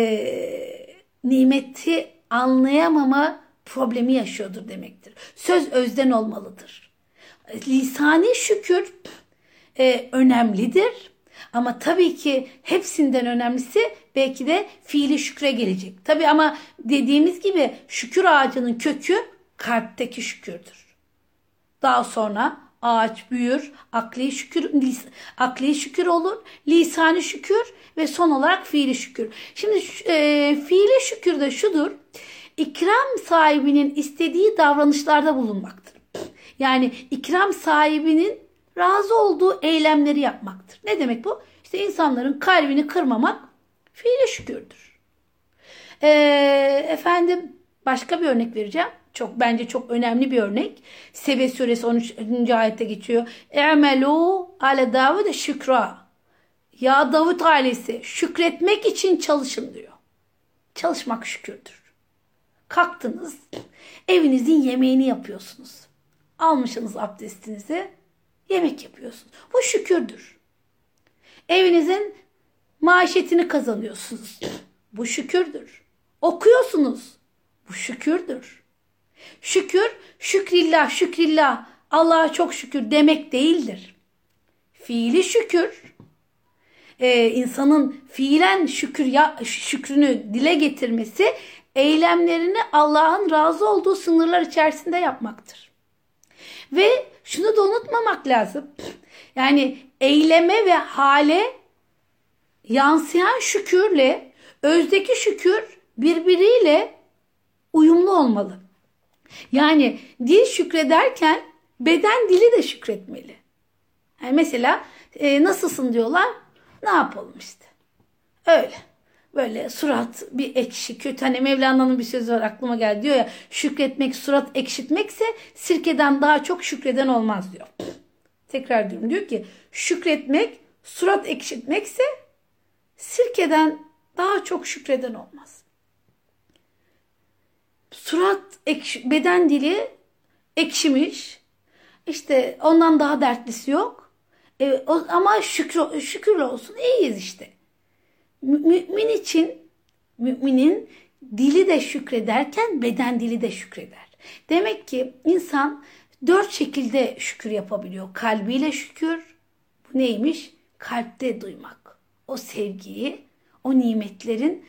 nimeti anlayamama problemi yaşıyordur demektir. Söz özden olmalıdır. Lisani şükür önemlidir. Ama tabii ki hepsinden önemlisi belki de fiili şükre gelecek. Tabii ama dediğimiz gibi şükür ağacının kökü kalpteki şükürdür. Daha sonra ağaç büyür, akli şükür olur, lisani şükür ve son olarak fiili şükür. Şimdi fiili şükür de şudur, ikram sahibinin istediği davranışlarda bulunmaktır. Yani ikram sahibinin razı olduğu eylemleri yapmaktır. Ne demek bu? İşte insanların kalbini kırmamak fiili şükürdür. Efendim başka bir örnek vereceğim. Bence çok önemli bir örnek. Sebe suresi 13. ayette geçiyor. E'melû ale Davud şükra. Ya Davud ailesi şükretmek için çalışın diyor. Çalışmak şükürdür. Kalktınız, evinizin yemeğini yapıyorsunuz. Almışsınız abdestinizi, yemek yapıyorsunuz. Bu şükürdür. Evinizin maişetini kazanıyorsunuz. Bu şükürdür. Okuyorsunuz. Bu şükürdür. Şükür, şükrillah, Allah'a çok şükür demek değildir. Fiili şükür, insanın fiilen şükrünü dile getirmesi, eylemlerini Allah'ın razı olduğu sınırlar içerisinde yapmaktır. Ve şunu da unutmamak lazım. Yani eyleme ve hale yansıyan şükürle özdeki şükür birbiriyle uyumlu olmalı. Yani dil şükrederken beden dili de şükretmeli. Yani mesela nasılsın diyorlar, ne yapalım işte. Öyle. Böyle surat bir ekşi, kötü. Hani Mevlana'nın bir sözü var aklıma geldi, diyor ya, şükretmek surat ekşitmekse sirkeden daha çok şükreden olmaz diyor. Tekrar diyorum, diyor ki şükretmek surat ekşitmekse sirkeden daha çok şükreden olmaz. Surat ekşi, beden dili ekşimiş. İşte ondan daha dertlisi yok. Ama şükürlü olsun, iyiyiz işte. Müminin dili de şükrederken beden dili de şükreder. Demek ki insan 4 şekilde şükür yapabiliyor. Kalbiyle şükür. Bu neymiş? Kalpte duymak. O sevgiyi, o nimetlerin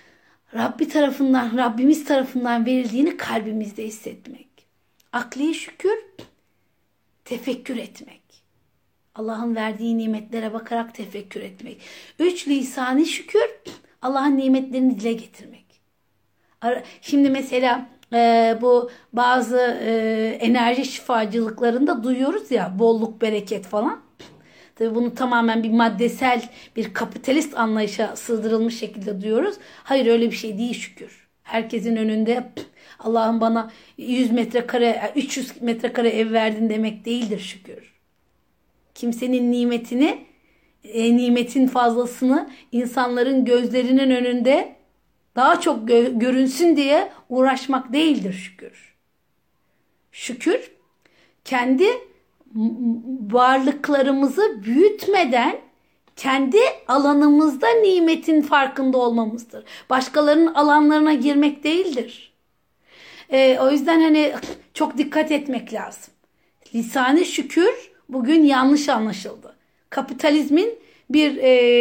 Rabbimiz tarafından verildiğini kalbimizde hissetmek. Akli şükür, tefekkür etmek. Allah'ın verdiği nimetlere bakarak tefekkür etmek. 3 lisani şükür, Allah'ın nimetlerini dile getirmek. Şimdi mesela bu bazı enerji şifacılıklarında duyuyoruz ya, bolluk, bereket falan. Tabii bunu tamamen bir maddesel, bir kapitalist anlayışa sığdırılmış şekilde duyuyoruz. Hayır, öyle bir şey değil şükür. Herkesin önünde Allah'ın bana 100 metrekare, 300 metrekare ev verdin demek değildir şükür. Kimsenin nimetin fazlasını insanların gözlerinin önünde daha çok görünsün diye uğraşmak değildir şükür. Şükür, kendi varlıklarımızı büyütmeden kendi alanımızda nimetin farkında olmamızdır. Başkalarının alanlarına girmek değildir. O yüzden hani çok dikkat etmek lazım. Lisan-ı şükür bugün yanlış anlaşıldı. Kapitalizmin bir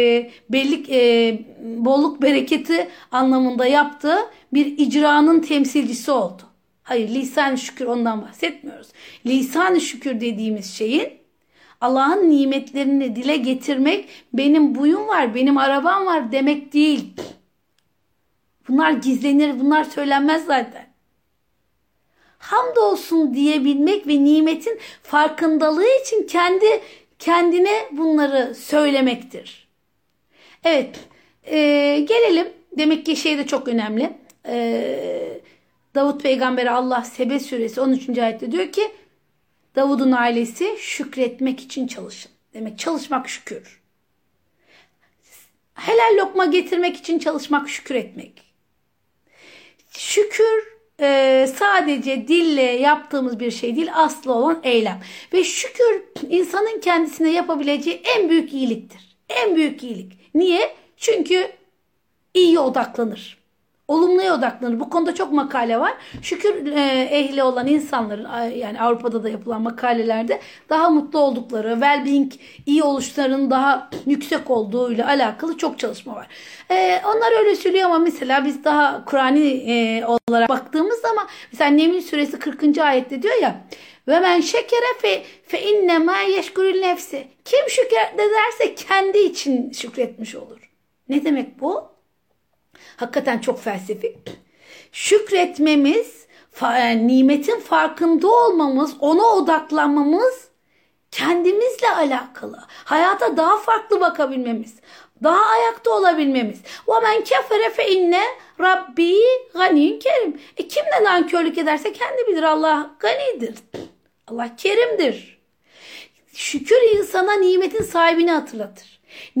bolluk bereketi anlamında yaptığı bir icranın temsilcisi oldu. Hayır, lisan-ı şükür ondan bahsetmiyoruz. Lisan-ı şükür dediğimiz şeyin Allah'ın nimetlerini dile getirmek, benim buyum var, benim arabam var demek değil. Bunlar gizlenir, bunlar söylenmez zaten. Hamdolsun diyebilmek ve nimetin farkındalığı için kendine bunları söylemektir. Evet, gelelim. Demek ki şey de çok önemli. Davut peygambere Allah Sebe suresi 13. ayette diyor ki, Davud'un ailesi şükretmek için çalışın. Demek çalışmak şükür. Helal lokma getirmek için çalışmak, şükür etmek. Şükür sadece dille yaptığımız bir şey değil, aslı olan eylem. Ve şükür insanın kendisine yapabileceği en büyük iyiliktir. En büyük iyilik. Niye? Çünkü iyiye odaklanır. Olumluya odaklanır. Bu konuda çok makale var. Şükür ehli olan insanların, yani Avrupa'da da yapılan makalelerde daha mutlu oldukları, well-being, iyi oluşlarının daha yüksek olduğuyla alakalı çok çalışma var. Onlar öyle söylüyor ama mesela biz daha Kur'an'ı olarak baktığımız zaman mesela Neml suresi 40. ayette diyor ya, ve men şekere fe innemâ yeşkurül nefsi. Kim şükrederse kendi için şükretmiş olur. Ne demek bu? Hakikaten çok felsefik. Şükretmemiz, nimetin farkında olmamız, ona odaklanmamız kendimizle alakalı. Hayata daha farklı bakabilmemiz, daha ayakta olabilmemiz. وَمَنْ كَفَرَ فَاِنَّ Rabbi ganiyun kerim. Kim ne nankörlük ederse kendi bilir. Allah ganidir. Allah kerimdir. Şükür insana nimetin sahibini hatırlatır.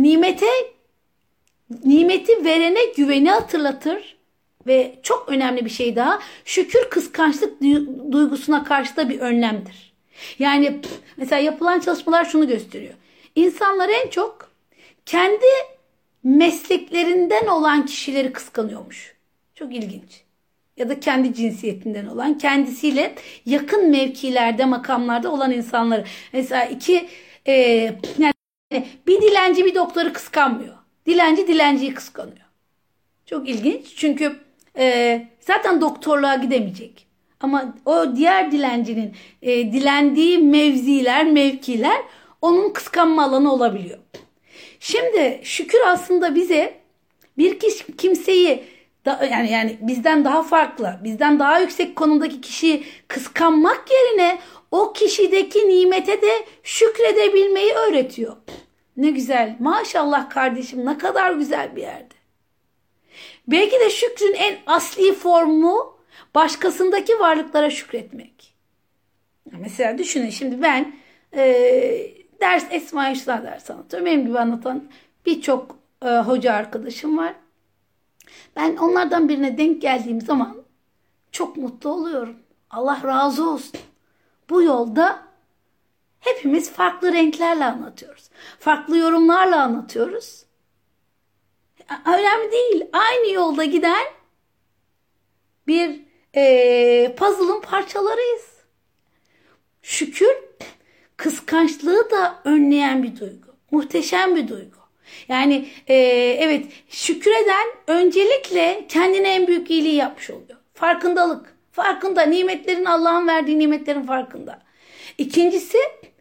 Nimeti verene güveni hatırlatır ve çok önemli bir şey daha, şükür kıskançlık duygusuna karşı da bir önlemdir. Yani mesela yapılan çalışmalar şunu gösteriyor. İnsanlar en çok kendi mesleklerinden olan kişileri kıskanıyormuş. Çok ilginç. Ya da kendi cinsiyetinden olan, kendisiyle yakın mevkilerde, makamlarda olan insanları. Mesela yani bir dilenci bir doktoru kıskanmıyor. Dilenci dilenciyi kıskanıyor. Çok ilginç. Çünkü zaten doktorluğa gidemeyecek. Ama o diğer dilencinin dilendiği mevkiler onun kıskanma alanı olabiliyor. Şimdi şükür aslında bize bir kimseyi yani bizden daha farklı, bizden daha yüksek konumdaki kişiyi kıskanmak yerine o kişideki nimete de şükredebilmeyi öğretiyor. Ne güzel. Maşallah kardeşim, ne kadar güzel bir yerde. Belki de şükrün en asli formu başkasındaki varlıklara şükretmek. Mesela düşünün, şimdi ben Esma-i Hüsna ders anlatıyorum. Benim gibi anlatan birçok hoca arkadaşım var. Ben onlardan birine denk geldiğim zaman çok mutlu oluyorum. Allah razı olsun. Bu yolda hepimiz farklı renklerle anlatıyoruz. Farklı yorumlarla anlatıyoruz. Önemli değil. Aynı yolda giden bir puzzle'ın parçalarıyız. Şükür kıskançlığı da önleyen bir duygu. Muhteşem bir duygu. Yani evet, şükreden öncelikle kendine en büyük iyiliği yapmış oluyor. Farkındalık. Farkında. Nimetlerin, Allah'ın verdiği nimetlerin farkında. İkincisi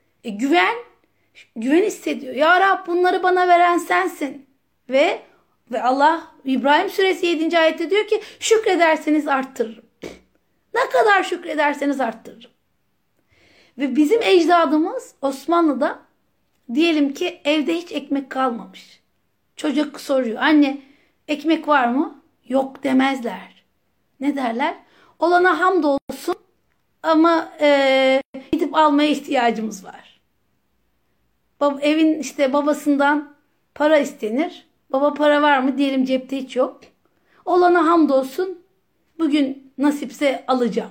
güven hissediyor. Ya Rab, bunları bana veren sensin. Ve Allah İbrahim suresi 7. ayette diyor ki şükrederseniz arttırırım. Ne kadar şükrederseniz arttırırım. Ve bizim ecdadımız Osmanlı'da diyelim ki evde hiç ekmek kalmamış. Çocuk soruyor, anne ekmek var mı? Yok demezler. Ne derler? Olana hamdolsun ama gidip almaya ihtiyacımız var. Evin babasından para istenir. Baba para var mı? Diyelim cepte hiç yok. Olana hamdolsun, bugün nasipse alacağım.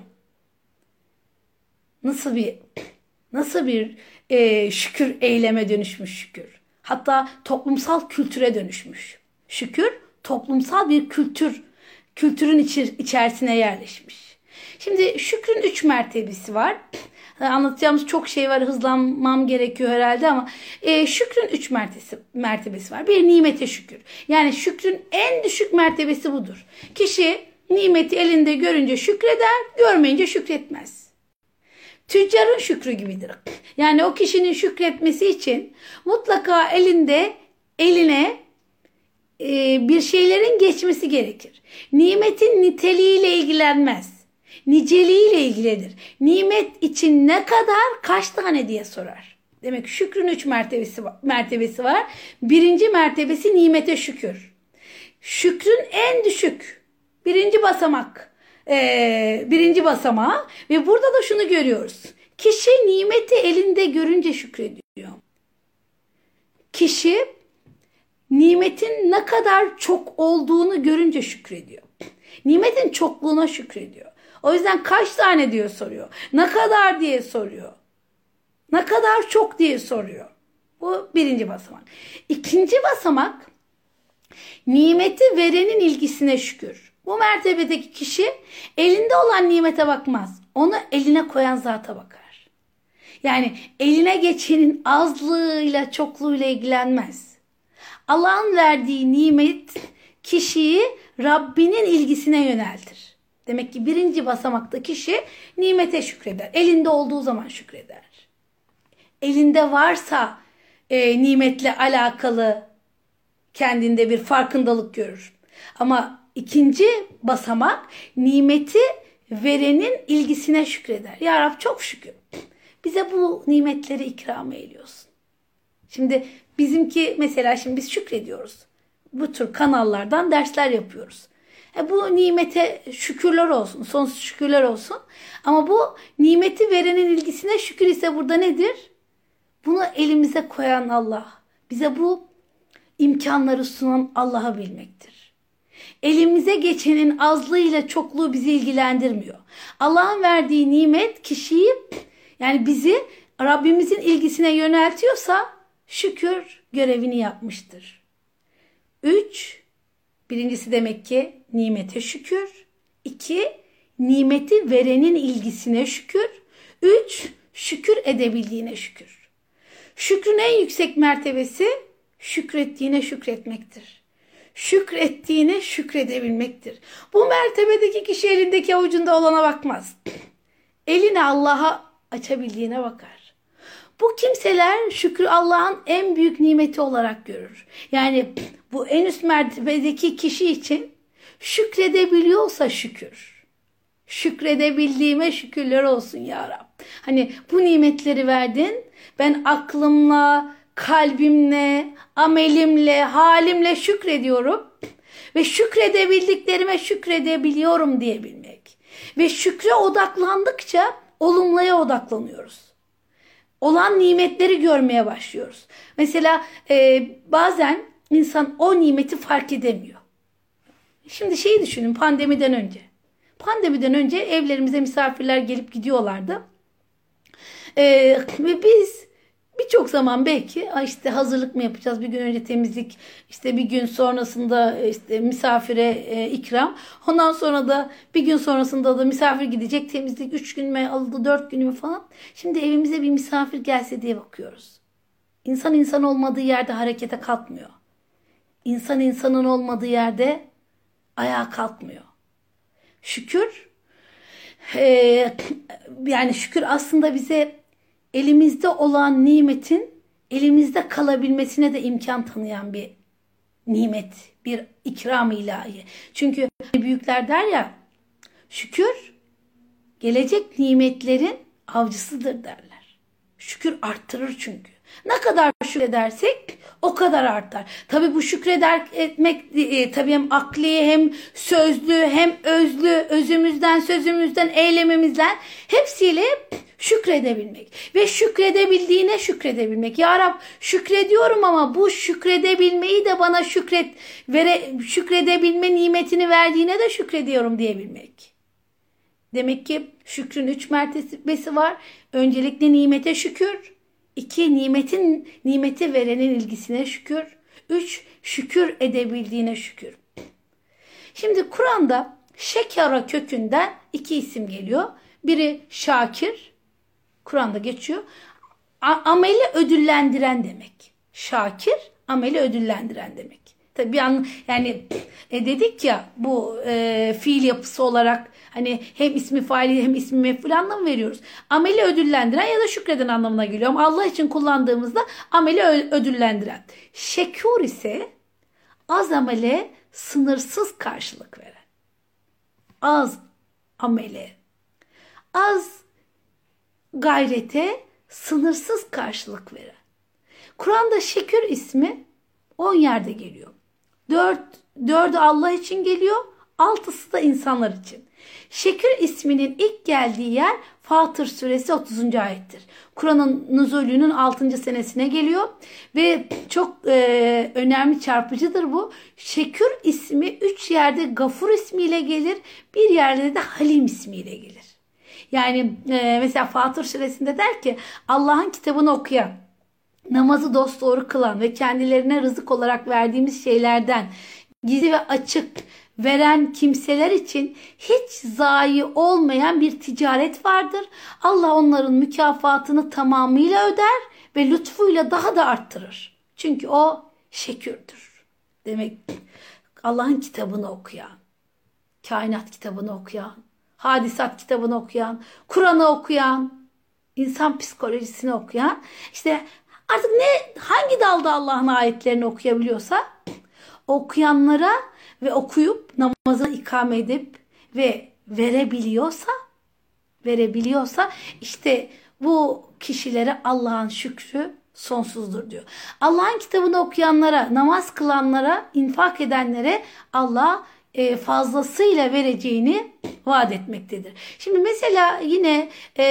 Nasıl bir şükür eyleme dönüşmüş şükür. Hatta toplumsal kültüre dönüşmüş. Şükür toplumsal bir kültürün içerisine yerleşmiş. Şimdi şükrün 3 mertebesi var. Anlatacağımız çok şey var, hızlanmam gerekiyor herhalde ama şükrün 3 mertebesi var. Bir, nimete şükür. Yani şükrün en düşük mertebesi budur. Kişi nimeti elinde görünce şükreder, görmeyince şükretmez. Tüccarın şükrü gibidir. Yani o kişinin şükretmesi için mutlaka eline bir şeylerin geçmesi gerekir. Nimetin niteliğiyle ilgilenmez. Niceliğiyle ilgilidir. Nimet için ne kadar, kaç tane diye sorar. Demek şükrün 3 mertebesi var. Birinci mertebesi nimete şükür. Şükrün en düşük birinci basamağı ve burada da şunu görüyoruz. Kişi nimeti elinde görünce şükrediyor. Kişi nimetin ne kadar çok olduğunu görünce şükrediyor. Nimetin çokluğuna şükrediyor. O yüzden kaç tane diye soruyor. Ne kadar diye soruyor. Ne kadar çok diye soruyor. Bu birinci basamak. İkinci basamak nimeti verenin ilgisine şükür. Bu mertebedeki kişi elinde olan nimete bakmaz. Onu eline koyan zata bakar. Yani eline geçenin azlığıyla çokluğuyla ilgilenmez. Allah'ın verdiği nimet kişiyi Rabbinin ilgisine yöneltir. Demek ki birinci basamakta kişi nimete şükreder. Elinde olduğu zaman şükreder. Elinde varsa nimetle alakalı kendinde bir farkındalık görür. Ama ikinci basamak nimeti verenin ilgisine şükreder. Ya Rab çok şükür. Bize bu nimetleri ikram eyliyorsun. Şimdi bizimki mesela şimdi biz şükrediyoruz. Bu tür kanallardan dersler yapıyoruz. Bu nimete şükürler olsun, sonsuz şükürler olsun. Ama bu nimeti verenin ilgisine şükür ise burada nedir? Bunu elimize koyan Allah, bize bu imkanları sunan Allah'ı bilmektir. Elimize geçenin azlığıyla çokluğu bizi ilgilendirmiyor. Allah'ın verdiği nimet kişiyi yani bizi Rabbimizin ilgisine yöneltiyorsa şükür görevini yapmıştır. 3. Birincisi demek ki nimete şükür. 2. Nimeti verenin ilgisine şükür. 3. Şükür edebildiğine şükür. Şükrün en yüksek mertebesi şükrettiğine şükretmektir. Şükrettiğine şükredebilmektir. Bu mertebedeki kişi elindeki avucunda olana bakmaz. Elini Allah'a açabildiğine bakar. Bu kimseler şükrü Allah'ın en büyük nimeti olarak görür. Yani bu en üst mertebedeki kişi için şükredebiliyorsa şükür. Şükredebildiğime şükürler olsun ya Rab. Hani bu nimetleri verdin. Ben aklımla, kalbimle, amelimle, halimle şükrediyorum. Ve şükredebildiklerime şükredebiliyorum diyebilmek. Ve şükre odaklandıkça olumluya odaklanıyoruz. Olan nimetleri görmeye başlıyoruz. Mesela bazen insan o nimeti fark edemiyor. Şimdi şeyi düşünün pandemiden önce. Pandemiden önce evlerimize misafirler gelip gidiyorlardı. Ve biz birçok zaman belki işte hazırlık mı yapacağız, bir gün önce temizlik, işte bir gün sonrasında işte misafire ikram, ondan sonra da bir gün sonrasında da misafir gidecek, temizlik 3 gün mü aldı 4 gün mü falan. Şimdi evimize bir misafir gelse diye bakıyoruz. İnsan insan olmadığı yerde harekete kalkmıyor. İnsan insanın olmadığı yerde ayağa kalkmıyor. Şükür yani şükür aslında bize elimizde olan nimetin elimizde kalabilmesine de imkan tanıyan bir nimet, bir ikram ilahi. Çünkü büyükler der ya, şükür gelecek nimetlerin avcısıdır derler. Şükür arttırır çünkü. Ne kadar şükredersek o kadar artar. Tabii bu şükretmek tabii hem akli hem sözlü hem özlü, özümüzden, sözümüzden, eylemimizden hepsiyle şükredebilmek. Ve şükredebildiğine şükredebilmek. Ya Rab şükrediyorum ama bu şükredebilmeyi de bana şükredebilme nimetini verdiğine de şükrediyorum diyebilmek. Demek ki şükrün 3 mertebesi var. Öncelikle nimete şükür. 2. Nimeti verenin ilgisine şükür. 3. Şükür edebildiğine şükür. Şimdi Kur'an'da şekara kökünden 2 isim geliyor. Biri şakir. Kur'an'da geçiyor. Ameli ödüllendiren demek. Şakir, ameli ödüllendiren demek. Tabii yani dedik ya bu fiil yapısı olarak hani hem ismi faili hem ismi mef'ul anlamı veriyoruz. Ameli ödüllendiren ya da şükreden anlamına geliyor. Ama Allah için kullandığımızda ameli ödüllendiren. Şekur ise az amele sınırsız karşılık veren. Az amele, az gayrete sınırsız karşılık veren. Kur'an'da şekür ismi 10 yerde geliyor. 4'ü Allah için geliyor, 6'sı da insanlar için. Şekür isminin ilk geldiği yer Fatır suresi 30. ayettir. Kur'an'ın nüzulünün 6. senesine geliyor ve çok önemli, çarpıcıdır bu. Şekür ismi 3 yerde Gafur ismiyle gelir, bir yerde de Halim ismiyle gelir. Yani mesela Fatır suresinde der ki Allah'ın kitabını okuyan, namazı dosdoğru kılan ve kendilerine rızık olarak verdiğimiz şeylerden gizli ve açık veren kimseler için hiç zayi olmayan bir ticaret vardır. Allah onların mükafatını tamamıyla öder ve lütfuyla daha da arttırır. Çünkü o şekürdür. Demek Allah'ın kitabını okuyan, kainat kitabını okuyan, hadisat kitabını okuyan, Kur'an'ı okuyan, insan psikolojisini okuyan, işte artık hangi dalda Allah'ın ayetlerini okuyabiliyorsa okuyanlara ve okuyup namazını ikame edip ve verebiliyorsa işte bu kişilere Allah'ın şükrü sonsuzdur diyor. Allah'ın kitabını okuyanlara, namaz kılanlara, infak edenlere Allah fazlasıyla vereceğini vaat etmektedir. Şimdi mesela yine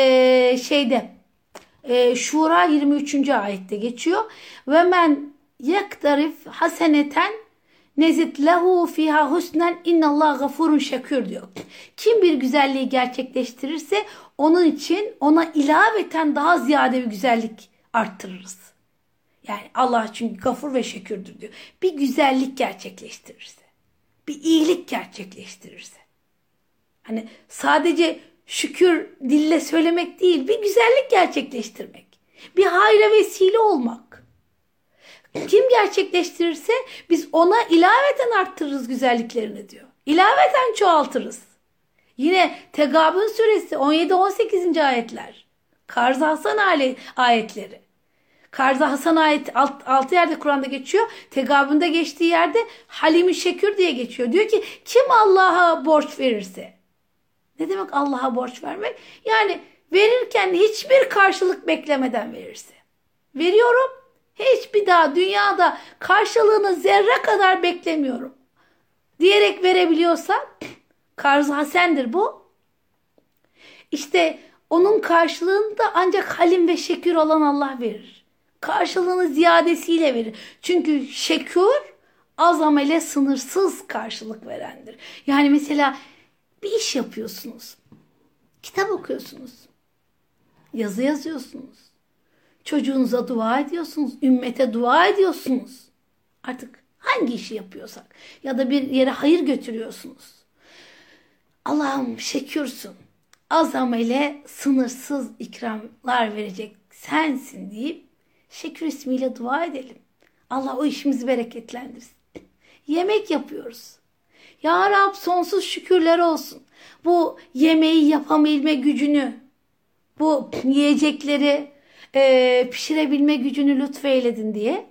Şura 23. ayette geçiyor. Ve men yaktarif haseneten nezid lehu fiha husnen innallah gafurun şekür diyor. Kim bir güzelliği gerçekleştirirse onun için ona ilaveten daha ziyade bir güzellik arttırırız. Yani Allah çünkü gafur ve şekürdür diyor. Bir güzellik gerçekleştirirse, bir iyilik gerçekleştirirse. Hani sadece şükür dille söylemek değil, bir güzellik gerçekleştirmek. Bir hayra vesile olmak. Kim gerçekleştirirse biz ona ilaveten arttırırız güzelliklerini diyor. İlaveten çoğaltırız. Yine Tegabün suresi 17-18. ayetler. Karz-ı Hasan ayetleri. Karz-ı Hasan ayet 6 yerde Kur'an'da geçiyor. Tegabün'de geçtiği yerde Halim-i Şekür diye geçiyor. Diyor ki kim Allah'a borç verirse. Ne demek Allah'a borç vermek? Yani verirken hiçbir karşılık beklemeden verirse. Veriyorum. Hiçbir daha dünyada karşılığını zerre kadar beklemiyorum diyerek verebiliyorsa karz-ı hasendir bu. İşte onun karşılığını da ancak halim ve şekür olan Allah verir. Karşılığını ziyadesiyle verir. Çünkü şekür az amele sınırsız karşılık verendir. Yani mesela bir iş yapıyorsunuz. Kitap okuyorsunuz. Yazı yazıyorsunuz. Çocuğunuza dua ediyorsunuz. Ümmete dua ediyorsunuz. Artık hangi işi yapıyorsak. Ya da bir yere hayır götürüyorsunuz. Allah'ım şekürsün. Az amele sınırsız ikramlar verecek sensin deyip şekür ismiyle dua edelim. Allah o işimizi bereketlendirsin. Yemek yapıyoruz. Ya Rab sonsuz şükürler olsun. Bu yemeği yapabilme gücünü, bu yiyecekleri pişirebilme gücünü lütfeyledin diye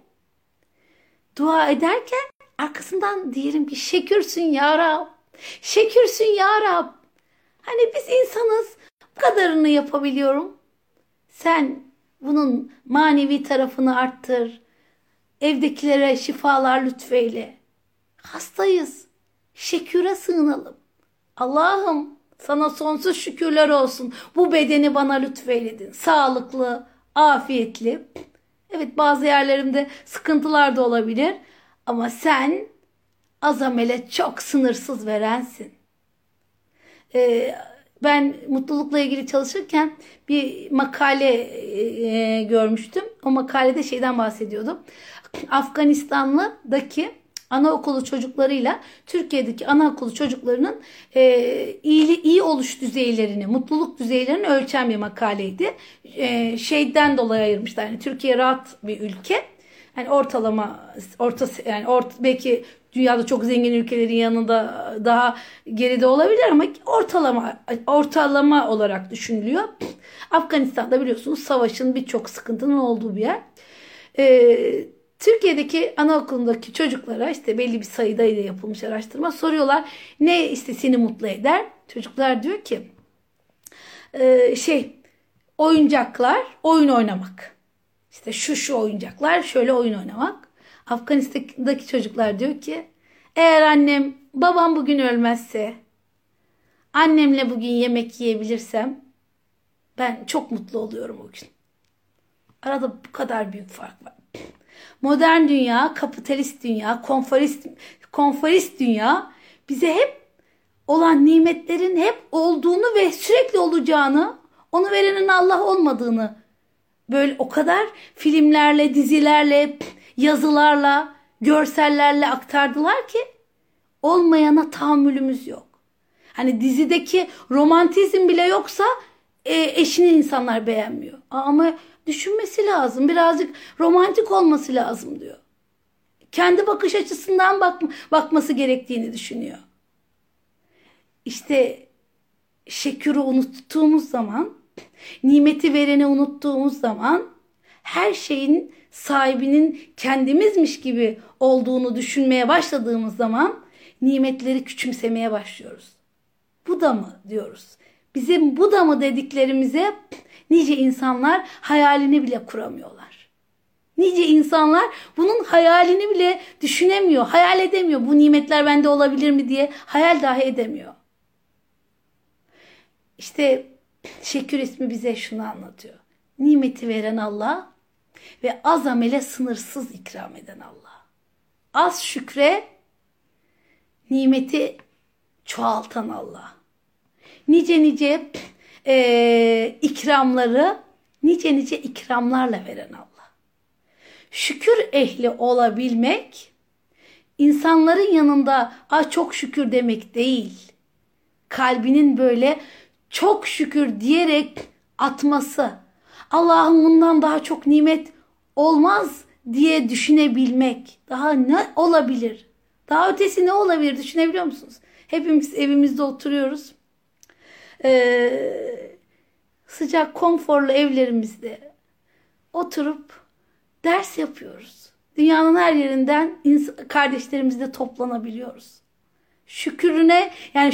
dua ederken arkasından diyelim ki şekürsün ya Rab. Şekürsün ya Rab. Hani biz insanız, bu kadarını yapabiliyorum. Sen bunun manevi tarafını arttır. Evdekilere şifalar lütfeyle. Hastayız. Şeküre sığınalım. Allah'ım sana sonsuz şükürler olsun. Bu bedeni bana lütfeyledin. Sağlıklı, afiyetli. Evet bazı yerlerimde sıkıntılar da olabilir. Ama sen az amele çok sınırsız verensin. Ben mutlulukla ilgili çalışırken bir makale görmüştüm. O makalede şeyden bahsediyordum. Afganistan'daki anaokulu çocuklarıyla Türkiye'deki anaokulu çocuklarının iyi oluş düzeylerini, mutluluk düzeylerini ölçen bir makaleydi. Şeyden dolayı ayırmışlar. Yani Türkiye rahat bir ülke. Yani belki dünyada çok zengin ülkelerin yanında daha geride olabilir ama ortalama olarak düşünülüyor. Afganistan'da biliyorsunuz savaşın birçok sıkıntının olduğu bir yer. Türkiye'deki anaokulundaki çocuklara işte belli bir sayıda ile yapılmış araştırma soruyorlar. Ne işte seni mutlu eder? Çocuklar diyor ki oyuncaklar, oyun oynamak. İşte şu oyuncaklar, şöyle oyun oynamak. Afganistan'daki çocuklar diyor ki eğer babam bugün ölmezse Annemle bugün yemek yiyebilirsem ben çok mutlu oluyorum o gün. Arada bu kadar büyük fark var. Modern dünya, kapitalist dünya, konforist dünya bize hep olan nimetlerin hep olduğunu ve sürekli olacağını, onu verenin Allah olmadığını böyle o kadar filmlerle, dizilerle, yazılarla, görsellerle aktardılar ki olmayana tahammülümüz yok. Hani dizideki romantizm bile yoksa eşini insanlar beğenmiyor. Ama düşünmesi lazım. Birazcık romantik olması lazım diyor. Kendi bakış açısından bakması gerektiğini düşünüyor. İşte şükürü unuttuğumuz zaman, nimeti vereni unuttuğumuz zaman, her şeyin sahibinin kendimizmiş gibi olduğunu düşünmeye başladığımız zaman nimetleri küçümsemeye başlıyoruz. Bu da mı diyoruz? Bizim bu da mı dediklerimize nice insanlar hayalini bile kuramıyorlar. Nice insanlar bunun hayalini bile düşünemiyor, hayal edemiyor. Bu nimetler bende olabilir mi diye hayal dahi edemiyor. İşte şükür ismi bize şunu anlatıyor. Nimeti veren Allah ve az amele sınırsız ikram eden Allah. Az şükre nimeti çoğaltan Allah. Nice nice ikramları nice ikramlarla veren Allah. Şükür ehli olabilmek insanların yanında çok şükür demek değil. Kalbinin böyle çok şükür diyerek atması, Allah'ın bundan daha çok nimet olmaz diye düşünebilmek. Daha ne olabilir? Daha ötesi ne olabilir? Düşünebiliyor musunuz? Hepimiz evimizde oturuyoruz. Sıcak, konforlu evlerimizde oturup ders yapıyoruz. Dünyanın her yerinden kardeşlerimizle toplanabiliyoruz. Şükürüne, yani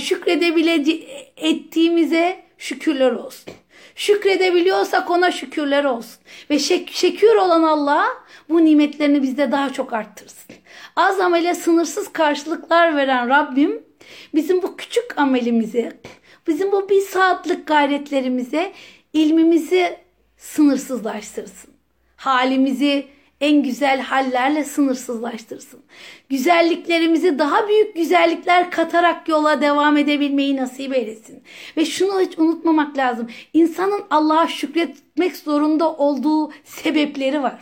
ettiğimize şükürler olsun. Şükredebiliyorsak ona şükürler olsun. Ve şekür olan Allah bu nimetlerini bizde daha çok arttırsın. Az amele sınırsız karşılıklar veren Rabbim bizim bu küçük amelimizi, bizim bu 1 saatlik gayretlerimize ilmimizi sınırsızlaştırsın. Halimizi en güzel hallerle sınırsızlaştırsın. Güzelliklerimizi daha büyük güzellikler katarak yola devam edebilmeyi nasip eylesin. Ve şunu hiç unutmamak lazım. İnsanın Allah'a şükretmek zorunda olduğu sebepleri var.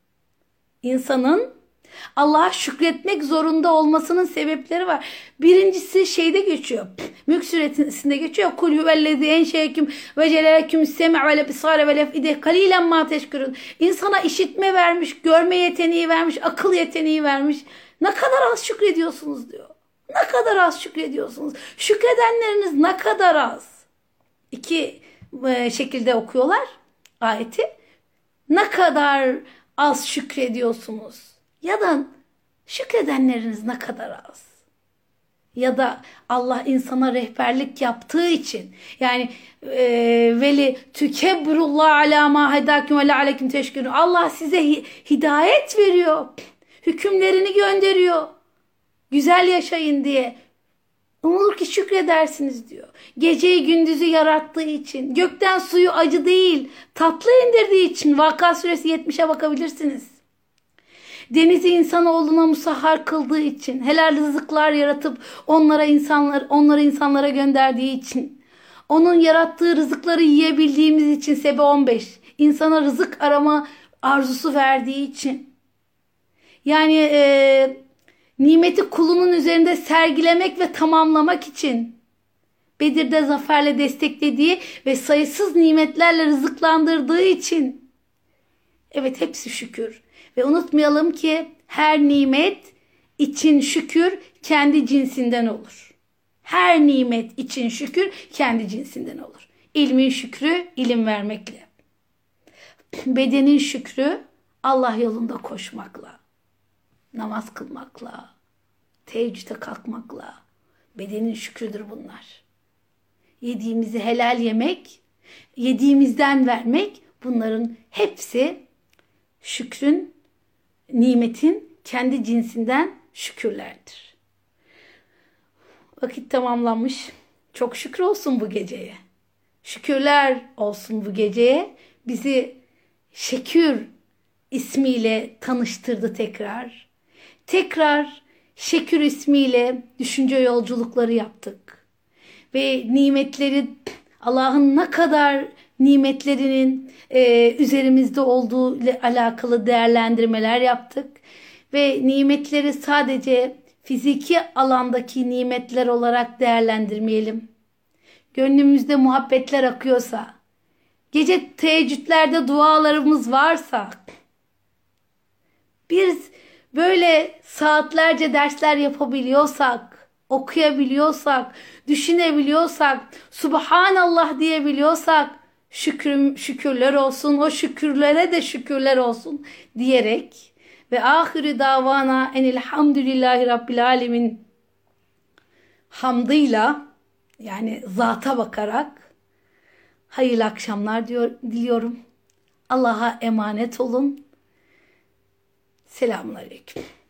İnsanın Allah'a şükretmek zorunda olmasının sebepleri var. Birincisi şeyde geçiyor. Mülk suresinde geçiyor. Kul huvellezî enşe'eküm ve celeleküm sem'a vel ebsâre vel ef'ide kalilen mâ teşkurûn. İnsana işitme vermiş, görme yeteneği vermiş, akıl yeteneği vermiş. Ne kadar az şükrediyorsunuz diyor. Ne kadar az şükrediyorsunuz. Şükredenleriniz ne kadar az. 2 şekilde okuyorlar ayeti. Ne kadar az şükrediyorsunuz. Ya da şükredenleriniz ne kadar az. Ya da Allah insana rehberlik yaptığı için, yani veli tükebrullah ala ma hedâküm ve le'alekum teşkürün. Allah size hidayet veriyor. Hükümlerini gönderiyor. Güzel yaşayın diye. Umulur ki şükredersiniz diyor. Geceyi gündüzü yarattığı için, gökten suyu acı değil tatlı indirdiği için. Vakıa suresi 70'e bakabilirsiniz. Denizi insanoğluna musahhar kıldığı için, helal rızıklar yaratıp onları insanlara gönderdiği için, onun yarattığı rızıkları yiyebildiğimiz için Sebe 15, insana rızık arama arzusu verdiği için. Yani nimeti kulunun üzerinde sergilemek ve tamamlamak için, Bedir'de zaferle desteklediği ve sayısız nimetlerle rızıklandırdığı için. Evet, hepsi şükür. Ve unutmayalım ki her nimet için şükür kendi cinsinden olur. Her nimet için şükür kendi cinsinden olur. İlmin şükrü ilim vermekle. Bedenin şükrü Allah yolunda koşmakla, namaz kılmakla, teheccüde kalkmakla. Bedenin şükrüdür bunlar. Yediğimizi helal yemek, yediğimizden vermek, bunların hepsi şükrün, nimetin kendi cinsinden şükürlerdir. Vakit tamamlanmış. Çok şükür olsun bu geceye. Şükürler olsun bu geceye. Bizi Şekür ismiyle tanıştırdı tekrar. Tekrar Şekür ismiyle düşünce yolculukları yaptık. Ve nimetleri, Allah'ın ne kadar nimetlerinin üzerimizde olduğu ile alakalı değerlendirmeler yaptık. Ve nimetleri sadece fiziki alandaki nimetler olarak değerlendirmeyelim. Gönlümüzde muhabbetler akıyorsa, gece teheccüdlerde dualarımız varsa, biz böyle saatlerce dersler yapabiliyorsak, okuyabiliyorsak, düşünebiliyorsak, Subhanallah diyebiliyorsak, şükürler olsun, o şükürlere de şükürler olsun diyerek ve ahiri davana enilhamdülillahi rabbil alemin hamdıyla, yani zata bakarak hayırlı akşamlar diliyorum. Allah'a emanet olun. Selamünaleyküm.